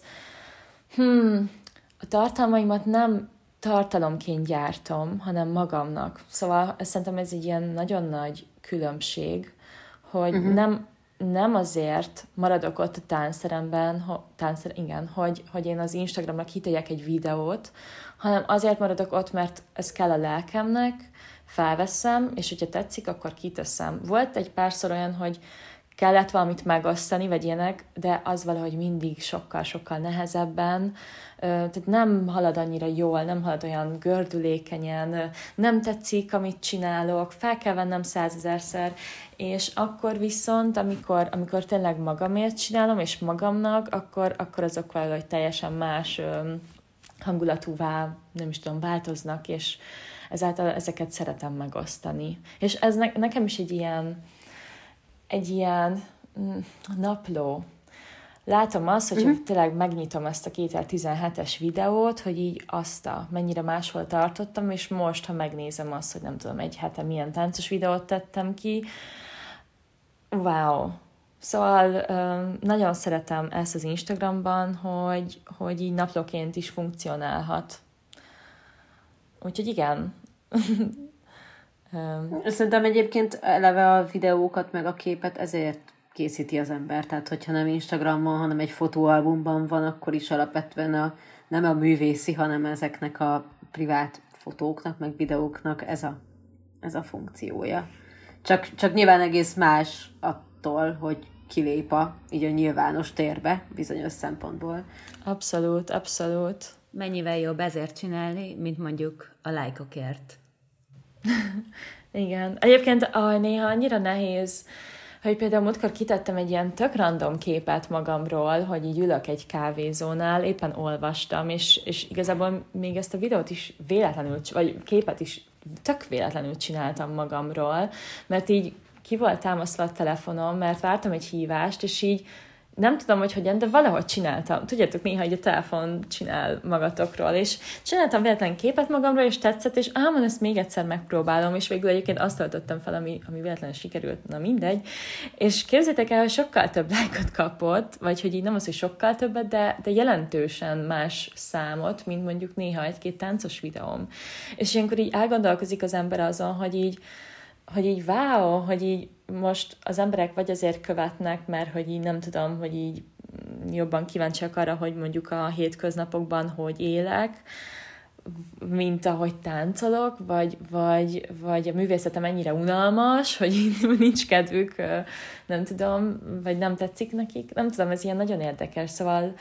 a tartalmaimat nem tartalomként gyártom, hanem magamnak. Szóval szerintem ez egy ilyen nagyon nagy különbség, hogy nem azért maradok ott a táncteremben, hogy én az Instagramnak kitegyek egy videót, hanem azért maradok ott, mert ez kell a lelkemnek, felveszem, és hogyha tetszik, akkor kiteszem. Volt egy párszor olyan, hogy kellett valamit megosztani, vagy ilyenek, de az valahogy mindig sokkal-sokkal nehezebben, tehát nem halad annyira jól, nem halad olyan gördülékenyen, nem tetszik, amit csinálok, fel kell vennem 100 000-szer, és akkor viszont, amikor tényleg magamért csinálom, és magamnak, akkor azok valahogy teljesen más hangulatúvá, nem is tudom, változnak, és ezáltal ezeket szeretem megosztani. És ez nekem is egy ilyen napló. Látom azt, hogyha tényleg megnyitom ezt a 2017-es videót, hogy így mennyire máshol tartottam, és most, ha megnézem azt, hogy nem tudom, egy hete milyen táncos videót tettem ki, wow! Szóval nagyon szeretem ezt az Instagramban, hogy így naplóként is funkcionálhat. Úgyhogy igen, Szerintem egyébként eleve a videókat meg a képet ezért készíti az ember. Tehát, hogyha nem Instagramon, hanem egy fotóalbumban van, akkor is alapvetően nem a művészi, hanem ezeknek a privát fotóknak, meg videóknak ez a funkciója. Csak nyilván egész más attól, hogy kilép így a nyilvános térbe bizonyos szempontból. Abszolút, abszolút. Mennyivel jobb ezért csinálni, mint mondjuk a lájkokért. Igen. Egyébként néha annyira nehéz, hogy például múltkor kitettem egy ilyen tök random képet magamról, hogy így ülök egy kávézónál, éppen olvastam, és igazából még ezt a videót is véletlenül, vagy képet is tök véletlenül csináltam magamról, mert így ki volt támasztva a telefonom, mert vártam egy hívást, és így nem tudom, hogy hogyan, de valahogy csináltam. Tudjátok, néha egy a telefon csinál magatokról, és csináltam véletlen képet magamról, és tetszett, és mondom, ezt még egyszer megpróbálom, és végül egyébként azt töltöttem fel, ami véletlenül sikerült, na mindegy. És képzeljétek el, hogy sokkal több lájkot kapott, vagy hogy így nem az, hogy sokkal többet, de jelentősen más számot, mint mondjuk néha egy-két táncos videóm. És ilyenkor így elgondolkozik az ember azon, hogy így wow, hogy így most az emberek vagy azért követnek, mert hogy így nem tudom, hogy így jobban kíváncsiak arra, hogy mondjuk a hétköznapokban hogy élek, mint ahogy táncolok, vagy a művészetem ennyire unalmas, hogy így nincs kedvük, nem tudom, vagy nem tetszik nekik. Nem tudom, ez ilyen nagyon érdekes, szóval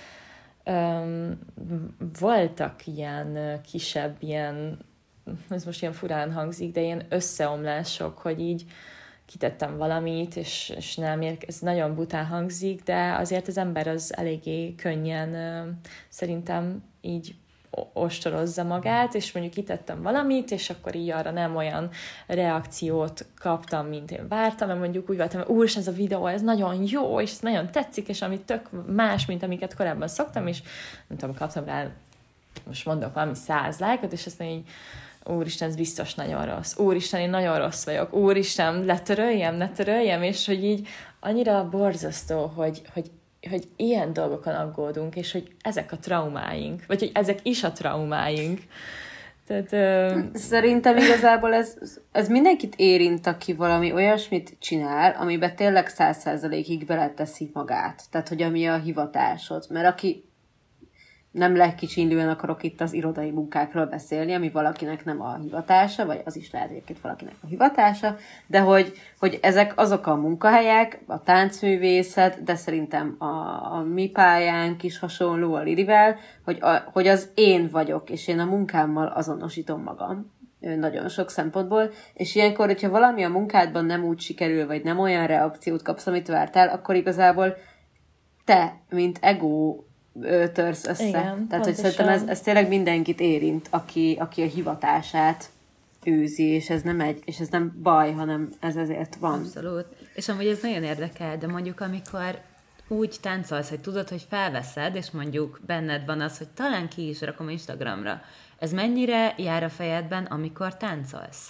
voltak ilyen kisebb, ez most ilyen furán hangzik, de ilyen összeomlások, hogy így kitettem valamit, és nem ez nagyon bután hangzik, de azért az ember az eléggé könnyen szerintem így ostorozza magát, és mondjuk kitettem valamit, és akkor így arra nem olyan reakciót kaptam, mint én vártam, mert mondjuk úgy voltam, hogy úristen, ez a videó, ez nagyon jó, és ez nagyon tetszik, és ami tök más, mint amiket korábban szoktam, és nem tudom, kaptam rá, most mondok valami 100 lájkot, és aztán így úristen, ez biztos nagyon rossz. Úristen, én nagyon rossz vagyok. Úristen, ne töröljem, és hogy így annyira borzasztó, hogy ilyen dolgokon aggódunk, és hogy ezek a traumáink, vagy hogy ezek is a traumáink. Tehát, Szerintem igazából ez mindenkit érint, aki valami olyasmit csinál, amiben tényleg 100%-ig beleteszi magát. Tehát, hogy ami a hivatásod. Mert aki nem legkicsinlően akarok itt az irodai munkákról beszélni, ami valakinek nem a hivatása, vagy az is lehet egyébként valakinek a hivatása, de hogy ezek azok a munkahelyek, a táncművészet, de szerintem a mi pályánk is hasonló a Lilivel, hogy az én vagyok, és én a munkámmal azonosítom magam nagyon sok szempontból, és ilyenkor, hogyha valami a munkádban nem úgy sikerül, vagy nem olyan reakciót kapsz, amit vártál, akkor igazából te, mint ego törsz össze. Igen, tehát, hogy szerintem ez tényleg mindenkit érint, aki a hivatását őzi, és ez nem baj, hanem ez ezért van. Abszolút. És amúgy ez nagyon érdekel, de mondjuk amikor úgy táncolsz, hogy tudod, hogy felveszed, és mondjuk benned van az, hogy talán ki is rakom Instagramra. Ez mennyire jár a fejedben, amikor táncolsz?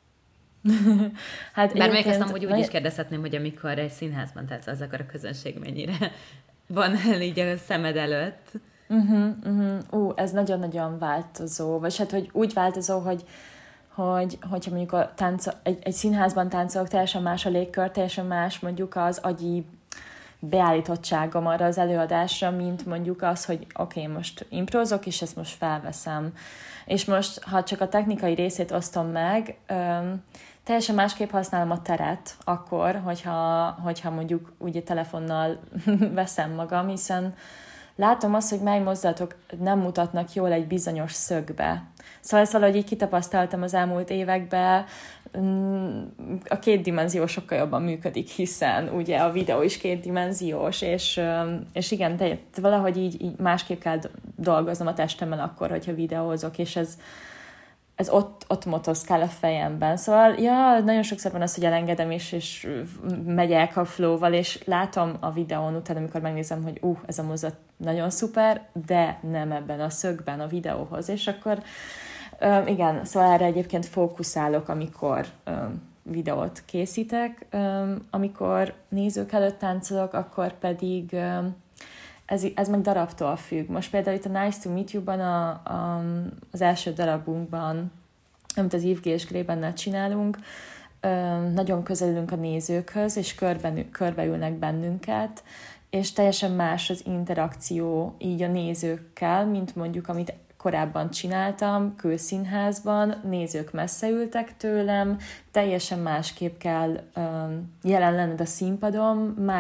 Hát bár még ezt amúgy úgy is kérdezhetném, hogy amikor egy színházban táncolsz, akkor a közönség mennyire van így a szemed előtt. Ez nagyon-nagyon változó. Vagy hát, hogy úgy változó, hogyha mondjuk egy színházban táncolok, teljesen más a légkör, teljesen más mondjuk az agyi beállítottságom arra az előadásra, mint mondjuk az, hogy oké, most improzok, és ezt most felveszem. És most, ha csak a technikai részét osztom meg, teljesen másképp használom a teret akkor, hogyha mondjuk úgy telefonnal veszem magam, hiszen látom azt, hogy mely mozdulatok nem mutatnak jól egy bizonyos szögbe. Szóval ezt valahogy így kitapasztaltam az elmúlt években, a kétdimenzió sokkal jobban működik, hiszen ugye a videó is kétdimenziós, és igen, de valahogy így másképp kell dolgoznom a testemmel akkor, hogyha videózok, és ez ott motoszkál a fejemben. Szóval, nagyon sokszor van az, hogy elengedem, és megyek a flow-val, és látom a videón után, amikor megnézem, hogy ez a mozdulat nagyon szuper, de nem ebben a szögben a videóhoz. És akkor igen, szóval erre egyébként fókuszálok, amikor videót készítek. Amikor nézők előtt táncolok, akkor pedig ez meg darabtól függ. Most például itt a Nice to Meet You-ban az első darabunkban amit az Yves Gésgrébennel csinálunk, nagyon közelülünk a nézőkhöz, és körbeülnek bennünket, és teljesen más az interakció így a nézőkkel, mint mondjuk, amit korábban csináltam, Kőszínházban, nézők messze ültek tőlem, teljesen másképp kell jelen lenned a színpadon,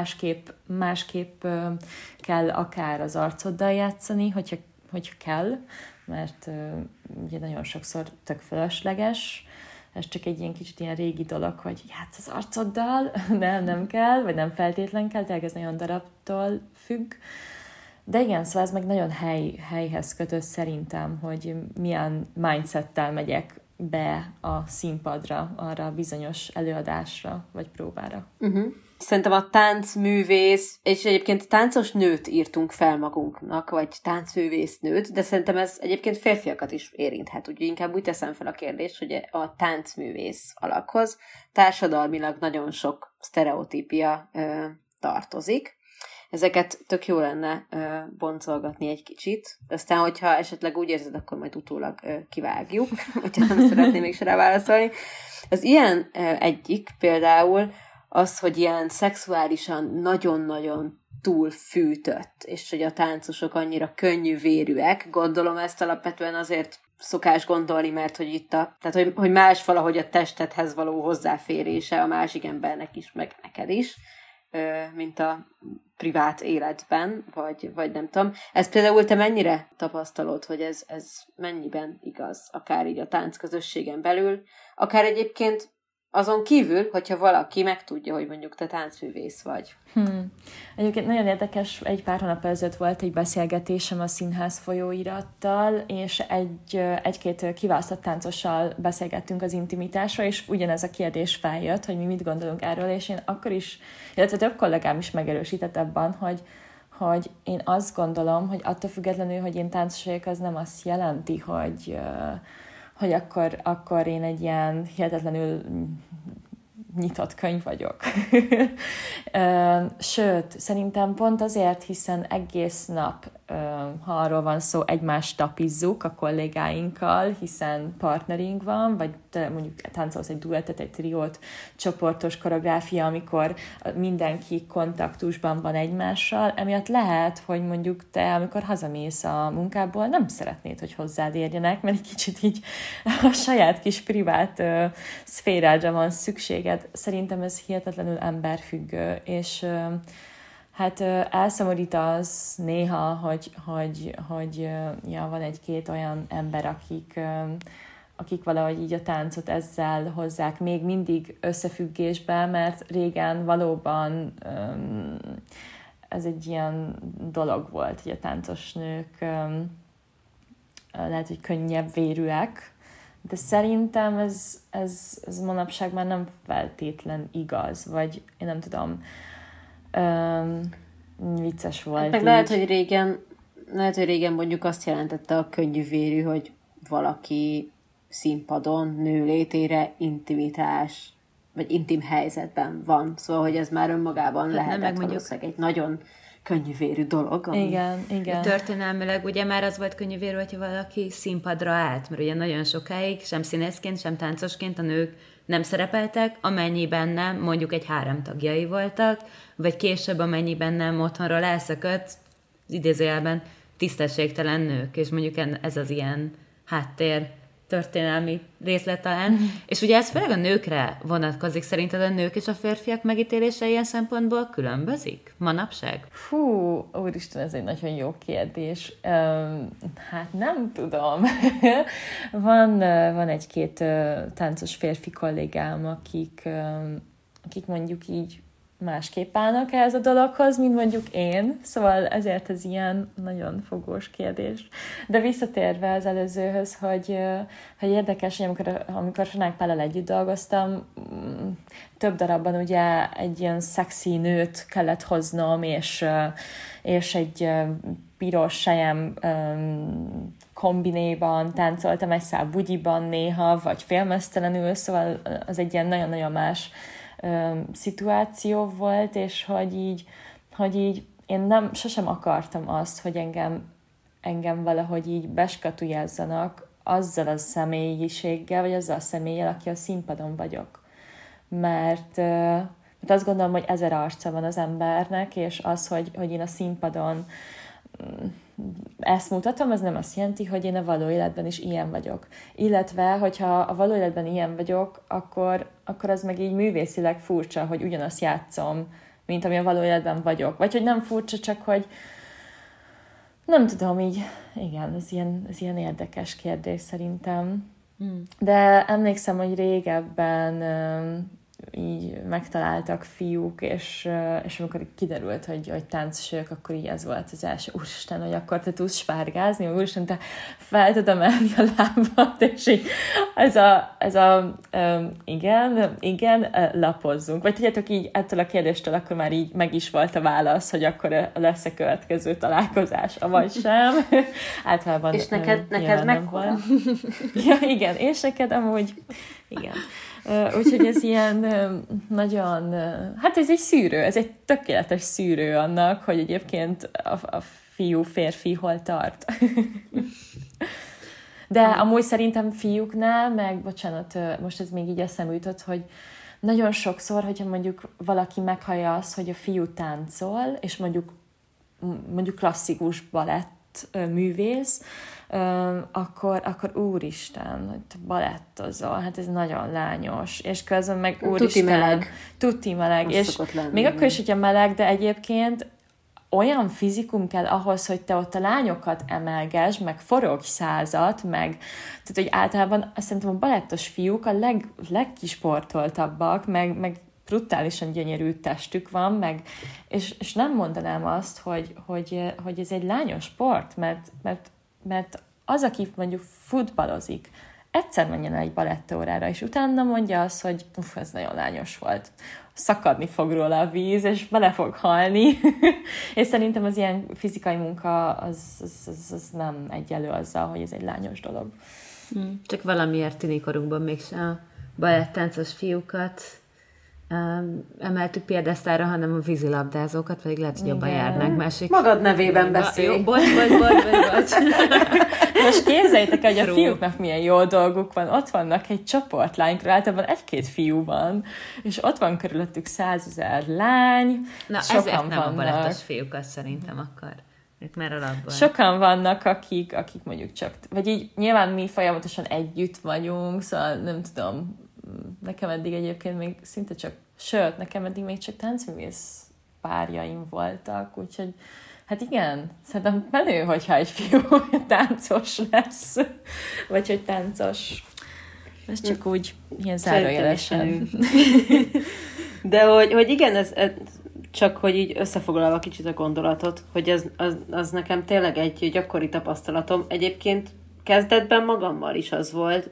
másképp kell akár az arcoddal játszani, hogyha kell, mert ugye nagyon sokszor tök fölösleges. Ez csak egy ilyen kicsit ilyen régi dolog, hogy játsz az arcoddal, nem kell, vagy nem feltétlen kell, tehát ez nagyon darabtól függ. De igen, szóval ez meg nagyon helyhez kötött szerintem, hogy milyen mindsettel megyek be a színpadra, arra a bizonyos előadásra, vagy próbára. Szerintem a táncművész, és egyébként táncos nőt írtunk fel magunknak, vagy táncművész nőt, de szerintem ez egyébként férfiakat is érinthet. Úgyhogy inkább úgy teszem fel a kérdést, hogy a táncművész alakhoz társadalmilag nagyon sok sztereotípia tartozik. Ezeket tök jó lenne boncolgatni egy kicsit. Aztán, hogyha esetleg úgy érzed, akkor majd utólag kivágjuk, hogyha nem szeretném még se rá válaszolni. Az ilyen egyik például az, hogy ilyen szexuálisan nagyon-nagyon túlfűtött, és hogy a táncosok annyira könnyű vérűek. Gondolom ezt alapvetően azért szokás gondolni, mert hogy itt tehát hogy más valahogy a testedhez való hozzáférése a másik embernek is, meg neked is, mint a privát életben, vagy nem tudom. Ezt például te mennyire tapasztalod, hogy ez mennyiben igaz, akár így a táncközösségen belül, akár egyébként azon kívül, hogyha valaki megtudja, hogy mondjuk te táncművész vagy. Egyébként nagyon érdekes, egy pár hónap ezelőtt volt egy beszélgetésem a Színház folyóirattal, és egy-két kiválasztott táncossal beszélgettünk az intimitásról, és ugyanez a kérdés feljött, hogy mi mit gondolunk erről, és én akkor is, illetve több kollégám is megerősített abban, hogy én azt gondolom, hogy attól függetlenül, hogy én táncos vagyok, az nem azt jelenti, hogy akkor én egy ilyen hihetetlenül nyitott könyv vagyok. Sőt, szerintem pont azért, hiszen egész nap, ha arról van szó, egymást tapizzuk a kollégáinkkal, hiszen partnerünk van, vagy mondjuk táncolsz egy duettet, egy triót, csoportos koreográfia, amikor mindenki kontaktusban van egymással, emiatt lehet, hogy mondjuk te, amikor hazamész a munkából, nem szeretnéd, hogy hozzád érjenek, mert egy kicsit így a saját kis privát szférádra van szükséged. Szerintem ez hihetetlenül emberfüggő, és hát elszomorít az néha, hogy van egy-két olyan ember, akik valahogy így a táncot ezzel hozzák még mindig összefüggésbe, mert régen valóban ez egy ilyen dolog volt, hogy a táncos nők lehet, hogy könnyebb vérűek, de szerintem ez manapság már nem feltétlen igaz, vagy én nem tudom, vicces volt. Meg lehet, hogy régen mondjuk azt jelentette a könnyűvérű, hogy valaki színpadon nő létére intimitás, vagy intim helyzetben van. Szóval, hogy ez már önmagában lehetett valószínűleg egy nagyon könnyűvérű dolog. Ami... Igen. Történelmileg ugye már az volt könnyűvérű, hogyha valaki színpadra állt, mert ugye nagyon sokáig sem színészként, sem táncosként a nők nem szerepeltek, amennyiben nem, mondjuk egy hárem tagjai voltak, vagy később amennyiben nem otthonról elszökött, az idézőjelben tisztességtelen nők, és mondjuk ez az ilyen háttér történelmi részlet talán. És ugye ez főleg a nőkre vonatkozik. Szerinted a nők és a férfiak megítélése ilyen szempontból különbözik manapság? Fú, úristen, ez egy nagyon jó kérdés. Hát nem tudom. Van egy-két táncos férfi kollégám, akik mondjuk így másképp állnak ehhez a dologhoz, mint mondjuk én, szóval ezért ez ilyen nagyon fogós kérdés. De visszatérve az előzőhöz, hogy érdekes, hogy amikor Sanák Pállal együtt dolgoztam, több darabban ugye egy ilyen szexi nőt kellett hoznom, és egy piros sejem kombinéban táncoltam egy szál bugyiban néha, vagy félmeztelenül, szóval az egy ilyen nagyon-nagyon más szituáció volt, és hogy így én sosem akartam azt, hogy engem valahogy így beskatujázzanak azzal a személyiséggel, vagy azzal a személlyel, aki a színpadon vagyok. Mert azt gondolom, hogy 1000 arca van az embernek, és az, hogy én a színpadon ezt mutatom, az nem azt jelenti, hogy én a való életben is ilyen vagyok. Illetve, hogyha a való életben ilyen vagyok, akkor az meg így művészileg furcsa, hogy ugyanazt játszom, mint ami a való életben vagyok. Vagy hogy nem furcsa, csak hogy nem tudom, így, igen, ez ilyen érdekes kérdés szerintem. De emlékszem, hogy régebben így megtaláltak fiúk, és amikor kiderült, hogy táncos vagyok, akkor így ez volt az első, úristen, hogy akkor te tudsz spárgázni, úristen, te fel tudod emelni a lábat, és így igen, lapozzunk. Vagy tudjátok, így ettől a kérdéstől akkor már így meg is volt a válasz, hogy akkor lesz-e következő találkozás, vagy sem. Általában és neked mekkora? Ja, igen, és neked amúgy, igen. Úgyhogy ez ilyen nagyon, hát ez egy szűrő, ez egy tökéletes szűrő annak, hogy egyébként a férfi hol tart. De amúgy szerintem fiúknál, meg bocsánat, most ez még így eszembe jutott, hogy nagyon sokszor, hogyha mondjuk valaki meghallja azt, hogy a fiú táncol, és mondjuk klasszikus balett művész, akkor úristen, hogy balettozol, hát ez nagyon lányos, és közben meg úristen, tuti meleg, és még akkor is, hogyha meleg, de egyébként olyan fizikum kell ahhoz, hogy te ott a lányokat emelgesd, meg forogj 100-at, meg tehát, hogy általában azt szerintem a balettos fiúk a legkisportoltabbnak, meg brutálisan gyönyörű testük van, meg, és nem mondanám azt, hogy ez egy lányos sport, mert az, aki mondjuk futballozik, egyszer menjen el egy balettórára, és utána mondja azt, hogy ez nagyon lányos volt. Szakadni fog róla a víz, és bele fog halni. És szerintem az ilyen fizikai munka az nem egyelő azzal, hogy ez egy lányos dolog. Csak valamiért tinikorunkban mégsem a balettáncos fiúkat emeltük piedesztára, hanem a vízilabdázókat, pedig lehet, hogy jobban járnak. Másik... Magad nevében beszélj. Jó, bocs. Most képzeljétek el, hogy a fiúknak milyen jó dolguk van. Ott vannak egy csoport lányokról, általában 1-2 fiú van, és ott van körülöttük 100 000 lány. Na, ezért nem a balettos fiúkat szerintem akkor. Már alapban. Sokan vannak, akik mondjuk csak, vagy így nyilván mi folyamatosan együtt vagyunk, szóval nem tudom, nekem eddig egyébként még szinte csak, sőt, nekem eddig még csak táncművész párjaim voltak, úgyhogy hát igen, szerintem menő, hogyha egy fiú táncos lesz, vagy hogy táncos. Ez csak úgy ilyen zárójelesen. De hogy igen, ez csak hogy így összefoglalva kicsit a gondolatot, hogy az nekem tényleg egy gyakori tapasztalatom. Egyébként kezdetben magammal is az volt,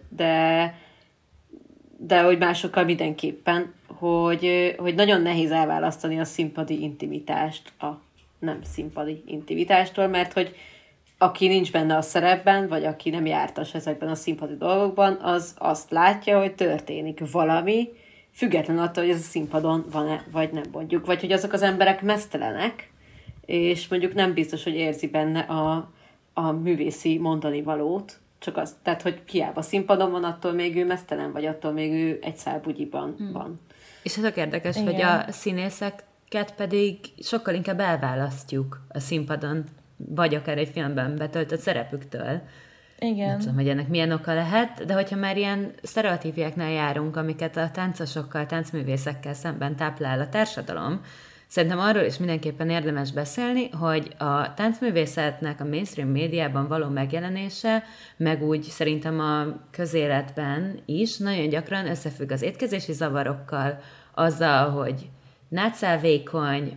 de hogy másokkal mindenképpen, hogy nagyon nehéz elválasztani a színpadi intimitást a nem színpadi intimitástól, mert hogy aki nincs benne a szerepben, vagy aki nem jártas ezekben a színpadi dolgokban, az azt látja, hogy történik valami, független attól, hogy ez a színpadon van-e, vagy nem mondjuk. Vagy hogy azok az emberek meztelenek, és mondjuk nem biztos, hogy érzi benne a művészi mondani valót, csak az, tehát, hogy hiába színpadon van, attól még ő meztelen, vagy attól még ő egy szál bugyiban van. És ez érdekes, igen, hogy a színészeket pedig sokkal inkább elválasztjuk a színpadon, vagy akár egy filmben betöltött szerepüktől. Igen. Nem tudom, hogy ennek milyen oka lehet, de hogyha már ilyen sztereotípiáknál járunk, amiket a táncosokkal, táncművészekkel szemben táplál a társadalom, szerintem arról is mindenképpen érdemes beszélni, hogy a táncművészetnek a mainstream médiában való megjelenése, meg úgy szerintem a közéletben is nagyon gyakran összefügg az étkezési zavarokkal, azzal, hogy nátszálvékony,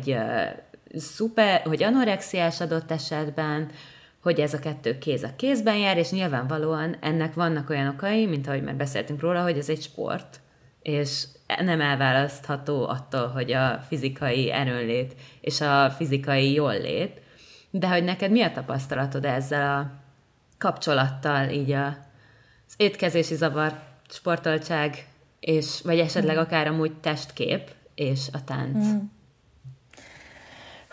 hogy anorexiás adott esetben, hogy ez a kettő kéz a kézben jár, és nyilvánvalóan ennek vannak olyan okai, mint ahogy már beszéltünk róla, hogy ez egy sport, és nem elválasztható attól, hogy a fizikai erőnlét és a fizikai jólét. De hogy neked mi a tapasztalatod ezzel a kapcsolattal, így az étkezési zavar, sportoltság, vagy esetleg akár amúgy testkép és a tánc?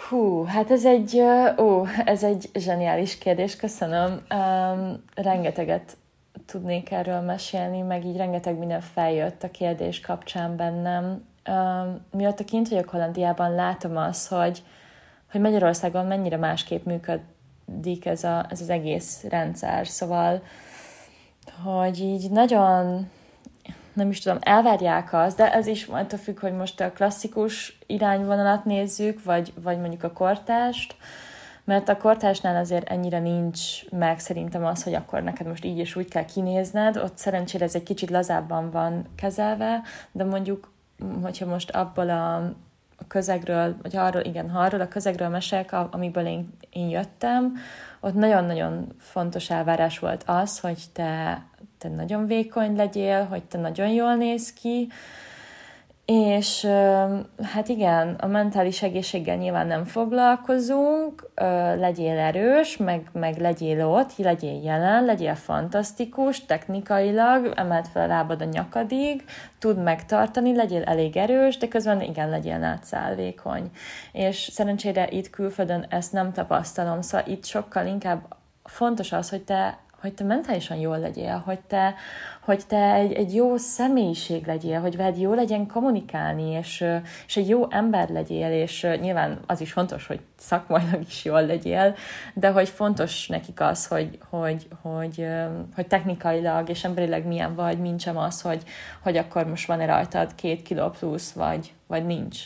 Hát ez egy zseniális kérdés, köszönöm. Rengeteget tudnék erről mesélni, meg így rengeteg minden feljött a kérdés kapcsán bennem. Mióta kint vagyok Hollandiában, látom azt, hogy Magyarországon mennyire másképp működik ez az egész rendszer. Szóval, hogy így nagyon, nem is tudom, elvárják azt, de ez is attól függ, hogy most a klasszikus irányvonalat nézzük, vagy mondjuk a kortást, mert a kortásnál azért ennyire nincs meg szerintem az, hogy akkor neked most így és úgy kell kinézned, ott szerencsére ez egy kicsit lazábban van kezelve, de mondjuk, hogyha most abból a közegről, vagy arról a közegről mesélek, amiből én jöttem, ott nagyon-nagyon fontos elvárás volt az, hogy te nagyon vékony legyél, hogy te nagyon jól néz ki, és hát igen, a mentális egészséggel nyilván nem foglalkozunk, legyél erős, meg legyél ott, legyél jelen, legyél fantasztikus, technikailag, emeld fel a lábad a nyakadig, tudd megtartani, legyél elég erős, de közben igen, legyél nátszálvékony. És szerencsére itt külföldön ezt nem tapasztalom, szóval itt sokkal inkább fontos az, hogy te mentálisan jól legyél, hogy te egy jó személyiség legyél, hogy veled jó legyen kommunikálni, és egy jó ember legyél, és nyilván az is fontos, hogy szakmailag is jól legyél, de hogy fontos nekik az, hogy technikailag és emberileg milyen vagy, mint sem az, hogy akkor most van-e rajtad 2 kiló plusz, vagy nincs.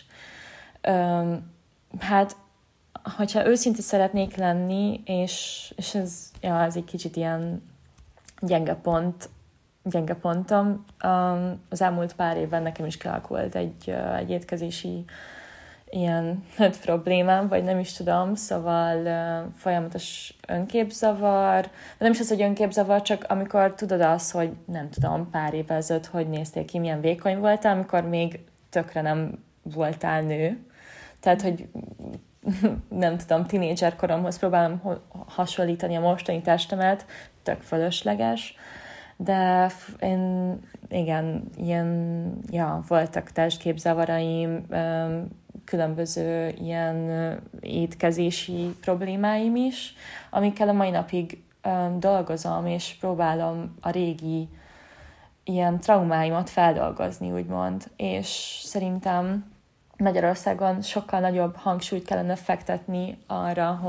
Hát hogyha őszinte szeretnék lenni, és ez egy kicsit ilyen gyenge pontom, az elmúlt pár évben nekem is kialakult egy étkezési ilyen problémám, vagy nem is tudom, szóval folyamatos önképzavar, nem is az, hogy önképzavar, csak amikor tudod azt, hogy nem tudom, pár évvel ezelőtt hogy néztél ki, milyen vékony voltál, amikor még tökre nem voltál nő. Tehát, hogy nem tudom, tinédzser koromhoz próbálom hasonlítani a mostani testemet, tök fölösleges, de voltak testképzavaraim, különböző ilyen étkezési problémáim is, amikkel a mai napig dolgozom, és próbálom a régi ilyen traumáimat feldolgozni, úgymond, és szerintem Magyarországon sokkal nagyobb hangsúlyt kellene fektetni arra,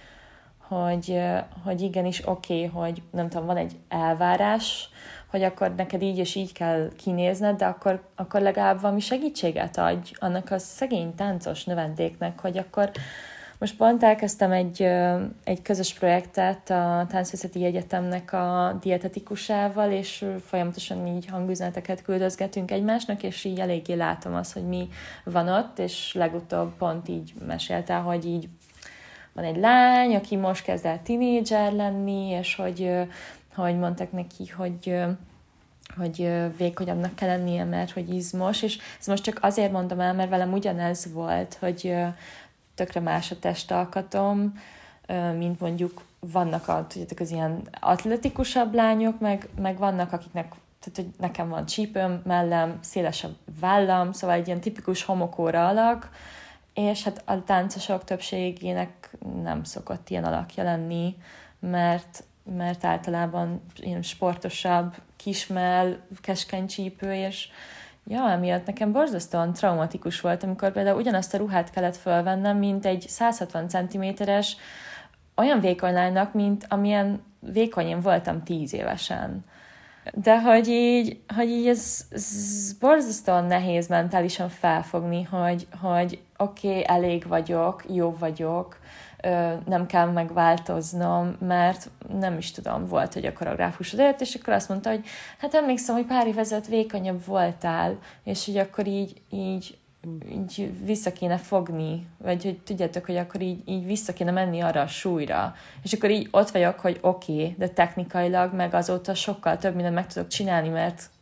hogy igenis oké, hogy nem tudom, van egy elvárás, hogy akkor neked így és így kell kinézned, de akkor legalább valami segítséget adj annak a szegény táncos növendéknek, hogy akkor most pont elkezdtem egy közös projektet a Táncművészeti Egyetemnek a dietetikusával, és folyamatosan így hangüzeneteket küldözgetünk egymásnak, és így eléggé látom azt, hogy mi van ott, és legutóbb pont így mesélte, hogy így van egy lány, aki most kezd el tinédzser lenni, és hogy mondtak neki, hogy vékonyabbnak kell lennie, mert hogy izmos, és ezt most csak azért mondom el, mert velem ugyanez volt, hogy tökre más a testalkatom, mint mondjuk vannak tudjátok, az ilyen atletikusabb lányok, meg vannak, akiknek, tehát hogy nekem van csípőm, mellem, szélesebb vállam, szóval egy ilyen tipikus homokóra alak, és hát a táncosok többségének nem szokott ilyen alakja lenni, mert általában ilyen sportosabb, kismell, keskeny csípő, és emiatt nekem borzasztóan traumatikus volt, amikor például ugyanazt a ruhát kellett fölvennem, mint egy 160 cm-es olyan vékony lánynak, mint amilyen vékony én voltam 10 évesen. De hogy így ez borzasztóan nehéz mentálisan felfogni, hogy oké, elég vagyok, jó vagyok, nem kell megváltoznom, mert nem is tudom, volt, hogy a koreográfusod előtt, és akkor azt mondta, hogy hát emlékszem, hogy pár év ezelőtt vékonyabb voltál, és hogy akkor így vissza kéne fogni, vagy hogy tudjátok, hogy akkor így vissza kéne menni arra a súlyra. És akkor így ott vagyok, hogy oké, de technikailag meg azóta sokkal több mindent meg tudok csinálni, mert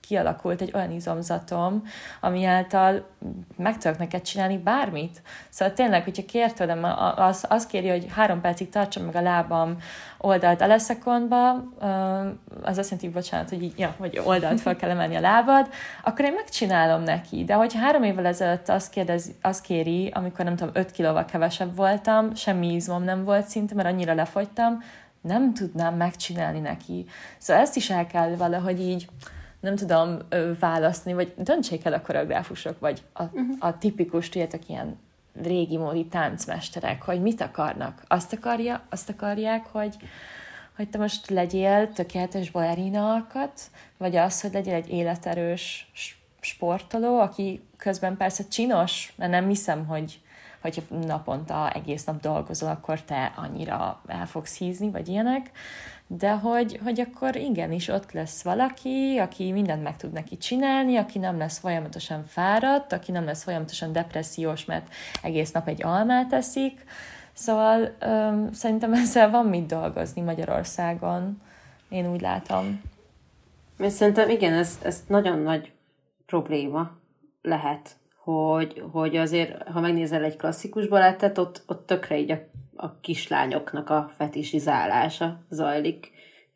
kialakult egy olyan izomzatom, ami által meg tudok neked csinálni bármit. Szóval tényleg, hogyha kér tőlem, az kéri, hogy 3 percig tartsam meg a lábam oldalt aleszakonba, az azt jelenti, bocsánat, hogy, így, hogy oldalt fel kell emelni a lábad, akkor én megcsinálom neki. De hogyha 3 évvel ezelőtt azt kéri, amikor nem tudom, 5 kilóval kevesebb voltam, semmi izmom nem volt szinte, mert annyira lefogytam, nem tudnám megcsinálni neki. Szóval ezt is el kell valahogy így, nem tudom választani, vagy döntsék el a koreográfusok, vagy a tipikus, tudjátok, ilyen régi módi táncmesterek, hogy mit akarnak. Azt akarják, hogy te most legyél tökéletes ballerina alkat, vagy az, hogy legyél egy életerős sportoló, aki közben persze csinos, mert nem hiszem, hogyha naponta egész nap dolgozol, akkor te annyira el fogsz hízni, vagy ilyenek, de hogy akkor igenis ott lesz valaki, aki mindent meg tud neki csinálni, aki nem lesz folyamatosan fáradt, aki nem lesz folyamatosan depressziós, mert egész nap egy almát eszik. Szóval szerintem ezzel van mit dolgozni Magyarországon. Én úgy látom. Szerintem igen, ez nagyon nagy probléma lehet, hogy azért, ha megnézel egy klasszikus balettet, ott tökre így a kislányoknak a fetisizálása zajlik,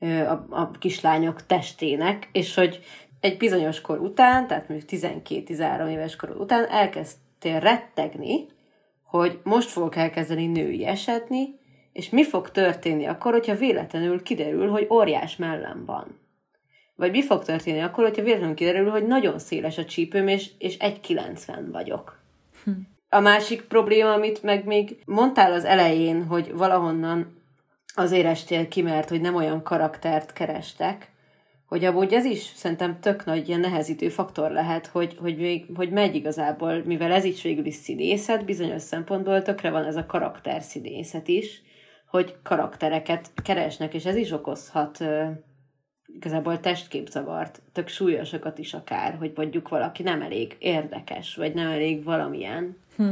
a kislányok testének, és hogy egy bizonyos kor után, tehát mondjuk 12-13 éves kor után elkezdtél rettegni, hogy most fogok elkezdeni női esedni, és mi fog történni akkor, hogyha véletlenül kiderül, hogy óriás mellem van. Vagy mi fog történni akkor, hogyha véletlenül kiderül, hogy nagyon széles a csípőm, és 1,90 vagyok. A másik probléma, amit meg még mondtál az elején, hogy valahonnan azért estél ki, mert hogy nem olyan karaktert kerestek, hogy amúgy ez is szerintem tök nagy ilyen nehezítő faktor lehet, hogy megy igazából, mivel ez is végül is színészet, bizonyos szempontból tökre van ez a karakterszínészet is, hogy karaktereket keresnek, és ez is okozhat igazából testképzavart, tök súlyosokat is akár, hogy mondjuk valaki nem elég érdekes, vagy nem elég valamilyen.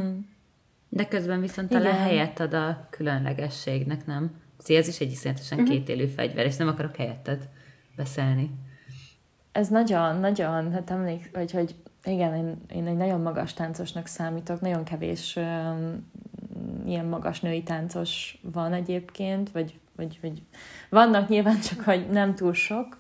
De közben viszont talán helyet ad a különlegességnek, nem? Szóval ez is egy iszonyatosan kétélű fegyver, és nem akarok helyetted beszélni. Ez nagyon, hát hogy igen, én egy nagyon magas táncosnak számítok, nagyon kevés ilyen magas női táncos van egyébként, vagy vannak nyilván, csak hogy nem túl sok,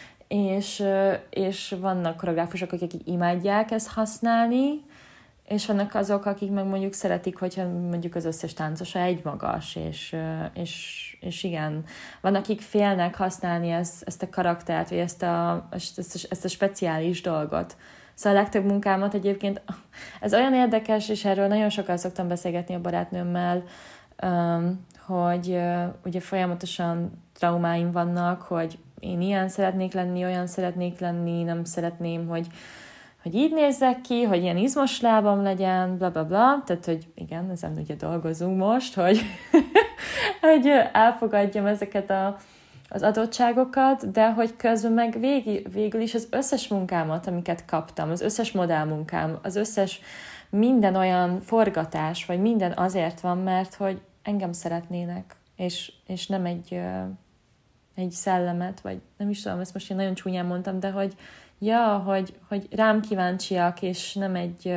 és vannak koreográfusok, akik imádják ezt használni, és vannak azok, akik meg mondjuk szeretik, hogyha mondjuk az összes táncosa egy magas, és igen, van, akik félnek használni ezt a karaktert, vagy ezt a speciális dolgot. Szóval a legtöbb munkámat egyébként, ez olyan érdekes, és erről nagyon sokan szoktam beszélgetni a barátnőmmel, hogy ugye folyamatosan traumáim vannak, hogy én ilyen szeretnék lenni, olyan szeretnék lenni, nem szeretném, hogy így nézzek ki, hogy ilyen izmos lábam legyen, bla bla bla, tehát, hogy igen, ezen ugye dolgozunk most, hogy elfogadjam ezeket az adottságokat, de hogy közben meg végül is az összes munkámat, amiket kaptam, az összes modellmunkám, az összes minden olyan forgatás, vagy minden azért van, mert hogy engem szeretnének, és nem egy szellemet, vagy nem is tudom, ezt most én nagyon csúnyán mondtam, de hogy hogy rám kíváncsiak, és nem egy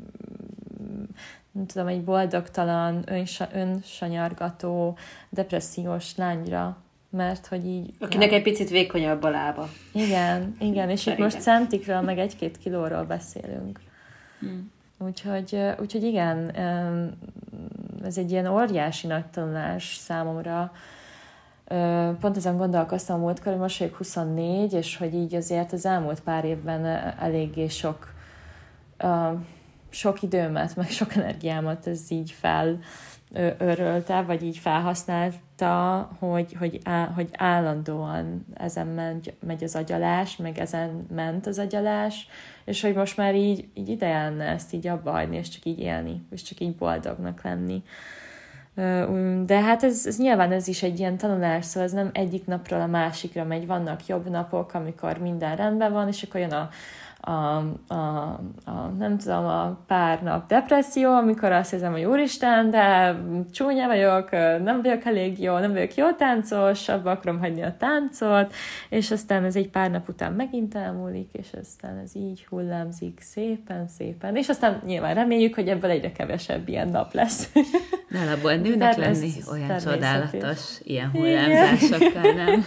nem tudom, egy boldogtalan, önsanyargató, depressziós lányra, mert hogy így... Akinek egy picit vékonyabb a lába. Igen, és itt most centikről, meg 1-2 kilóról beszélünk. Úgyhogy igen, ez egy ilyen óriási nagy tanulás számomra. Pont ezen gondolkoztam múltkor, hogy most vagyok 24, és hogy így azért az elmúlt pár évben eléggé sok időmet, meg sok energiámat ez így felörölte, vagy így felhasználta, hogy állandóan ezen megy az agyalás, meg ezen ment az agyalás, és hogy most már így ideje lenne ezt így abba hagyni, és csak így élni, és csak így boldognak lenni. De hát ez nyilván ez is egy ilyen tanulás, szóval ez nem egyik napról a másikra megy, vannak jobb napok, amikor minden rendben van, és akkor jön nem tudom, a pár nap depresszió, amikor azt hiszem, hogy úristen, de csúnya vagyok, nem vagyok elég jó, nem vagyok jó táncos, abba akarom hagyni a táncot, és aztán ez egy pár nap után megint elmúlik, és aztán ez így hullámzik szépen, és aztán nyilván reméljük, hogy ebből egyre kevesebb ilyen nap lesz. Ne abból nőnek lenni olyan csodálatos ilyen hullámzásokkal, nem?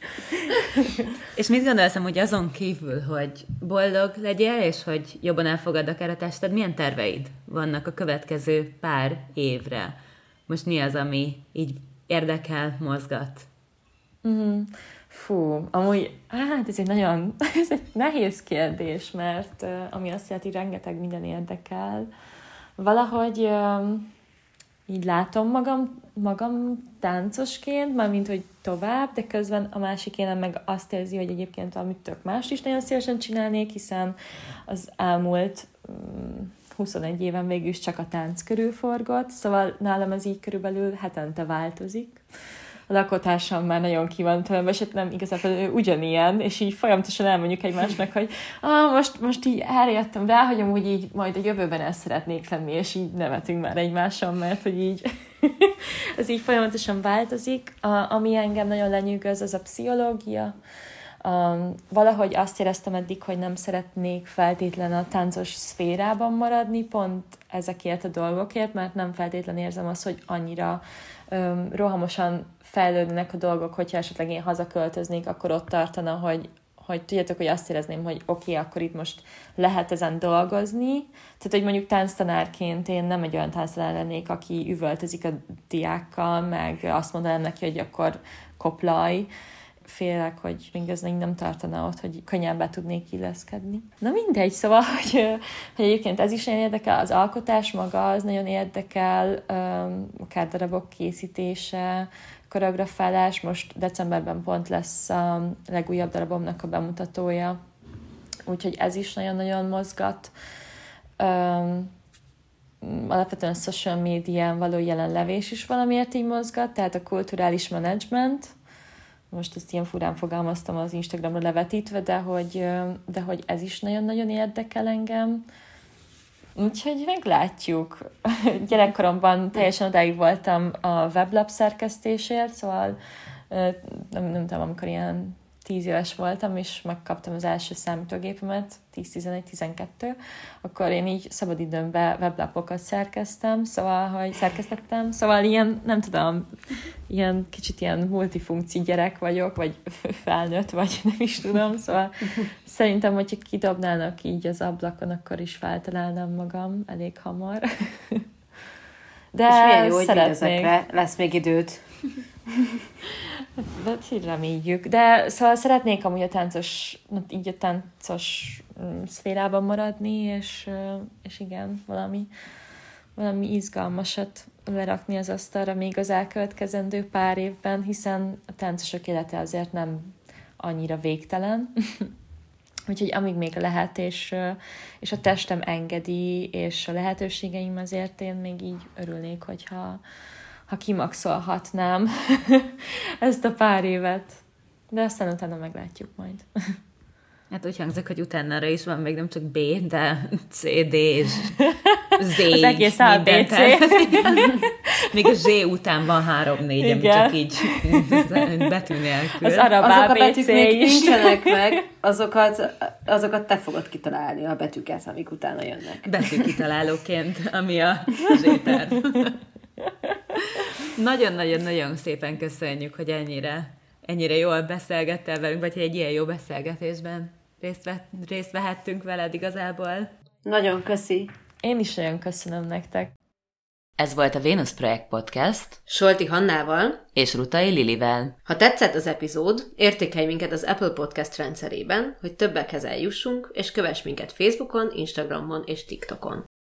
És mit gondolsz, hogy azon kívül, hogy boldog legyél, és hogy jobban elfogad akár a tested, milyen terveid vannak a következő pár évre? Most mi az, ami így érdekel, mozgat? Fú, amúgy, ez egy nagyon ez egy nehéz kérdés, mert ami azt jelenti, rengeteg minden érdekel. Valahogy így látom magam táncosként, mármint, hogy tovább, de közben a másik énem meg azt érzi, hogy egyébként valamit tök mást is nagyon szívesen csinálnék, hiszen az elmúlt 21 éven végül is csak a tánc körül forgott, szóval nálam ez így körülbelül hetente változik. A lakótársam már nagyon ki van tőlem, és nem igazából ő ugyanilyen, és így folyamatosan elmondjuk egymásnak, hogy most így eljöttem rá, hogy amúgy így majd a jövőben el szeretnék lenni, és így nevetünk már egymáson, mert hogy így ez így folyamatosan változik. Ami engem nagyon lenyűgöz, az a pszichológia. Valahogy azt éreztem eddig, hogy nem szeretnék feltétlen a táncos szférában maradni, pont ezekért a dolgokért, mert nem feltétlen érzem azt, hogy annyira rohamosan fejlődnek a dolgok, hogyha esetleg én hazaköltöznék, akkor ott tartana, hogy tudjátok, hogy azt érezném, hogy oké, akkor itt most lehet ezen dolgozni. Tehát, hogy mondjuk tánctanárként én nem egy olyan tánctanár lennék, aki üvöltözik a diákkal, meg azt mondanám neki, hogy akkor koplaj. Félek, hogy még ez nem tartana ott, hogy könnyen be tudnék illeszkedni. Na mindegy, szóval, hogy egyébként ez is nagyon érdekel, az alkotás maga az nagyon érdekel, akár darabok készítése, koreografálás, most decemberben pont lesz a legújabb darabomnak a bemutatója, úgyhogy ez is nagyon-nagyon mozgat. Alapvetően a social médián való jelenlevés is valamiért így mozgat, tehát a kulturális menedzsment, most ezt ilyen furán fogalmaztam az Instagramra levetítve, de hogy ez is nagyon-nagyon érdekel engem. Úgyhogy meglátjuk. Gyerekkoromban teljesen odáig voltam a weblap szerkesztésért, szóval nem tudom, amikor ilyen 10 éves voltam, és megkaptam az első számítógépemet, 10-11-12, akkor én így szabadidőmben weblapokat szerkeztettem, szóval ilyen, nem tudom, ilyen kicsit ilyen multifunkci gyerek vagyok, vagy felnőtt, vagy nem is tudom, szóval szerintem, hogyha kidobnának így az ablakon, akkor is feltalálnám magam elég hamar. De és milyen jó, hogy szeretnék. Ezekre lesz még időt. Így reméljük. De szóval szeretnék amúgy a táncos szférában maradni, és igen, valami izgalmasat lerakni az asztalra még az elkövetkezendő pár évben, hiszen a táncosok élete azért nem annyira végtelen. Úgyhogy amíg még lehet, és a testem engedi, és a lehetőségeim, azért én még így örülnék, hogyha kimaxolhatnám ezt a pár évet. De aztán utána meglátjuk majd. Hát úgy hangzik, hogy utána is van még nem csak B, de C, D és Z. Az egész ABC. Még a Z után van 3-4, ami csak így betű nélkül. Az arab azok ABC a betűk még is. nincsenek meg, azokat te fogod kitalálni, a betűket, amik utána jönnek. Betűkitalálóként, ami a Z-terv. Nagyon-nagyon-nagyon szépen köszönjük, hogy ennyire jól beszélgettél velünk, vagy hogy egy ilyen jó beszélgetésben részt vehettünk veled igazából. Nagyon köszi. Én is nagyon köszönöm nektek. Ez volt a Vénusz Projekt Podcast Solti Hannával és Rutai Lilivel. Ha tetszett az epizód, értékelj minket az Apple Podcast rendszerében, hogy többekhez eljussunk, és kövess minket Facebookon, Instagramon és TikTokon.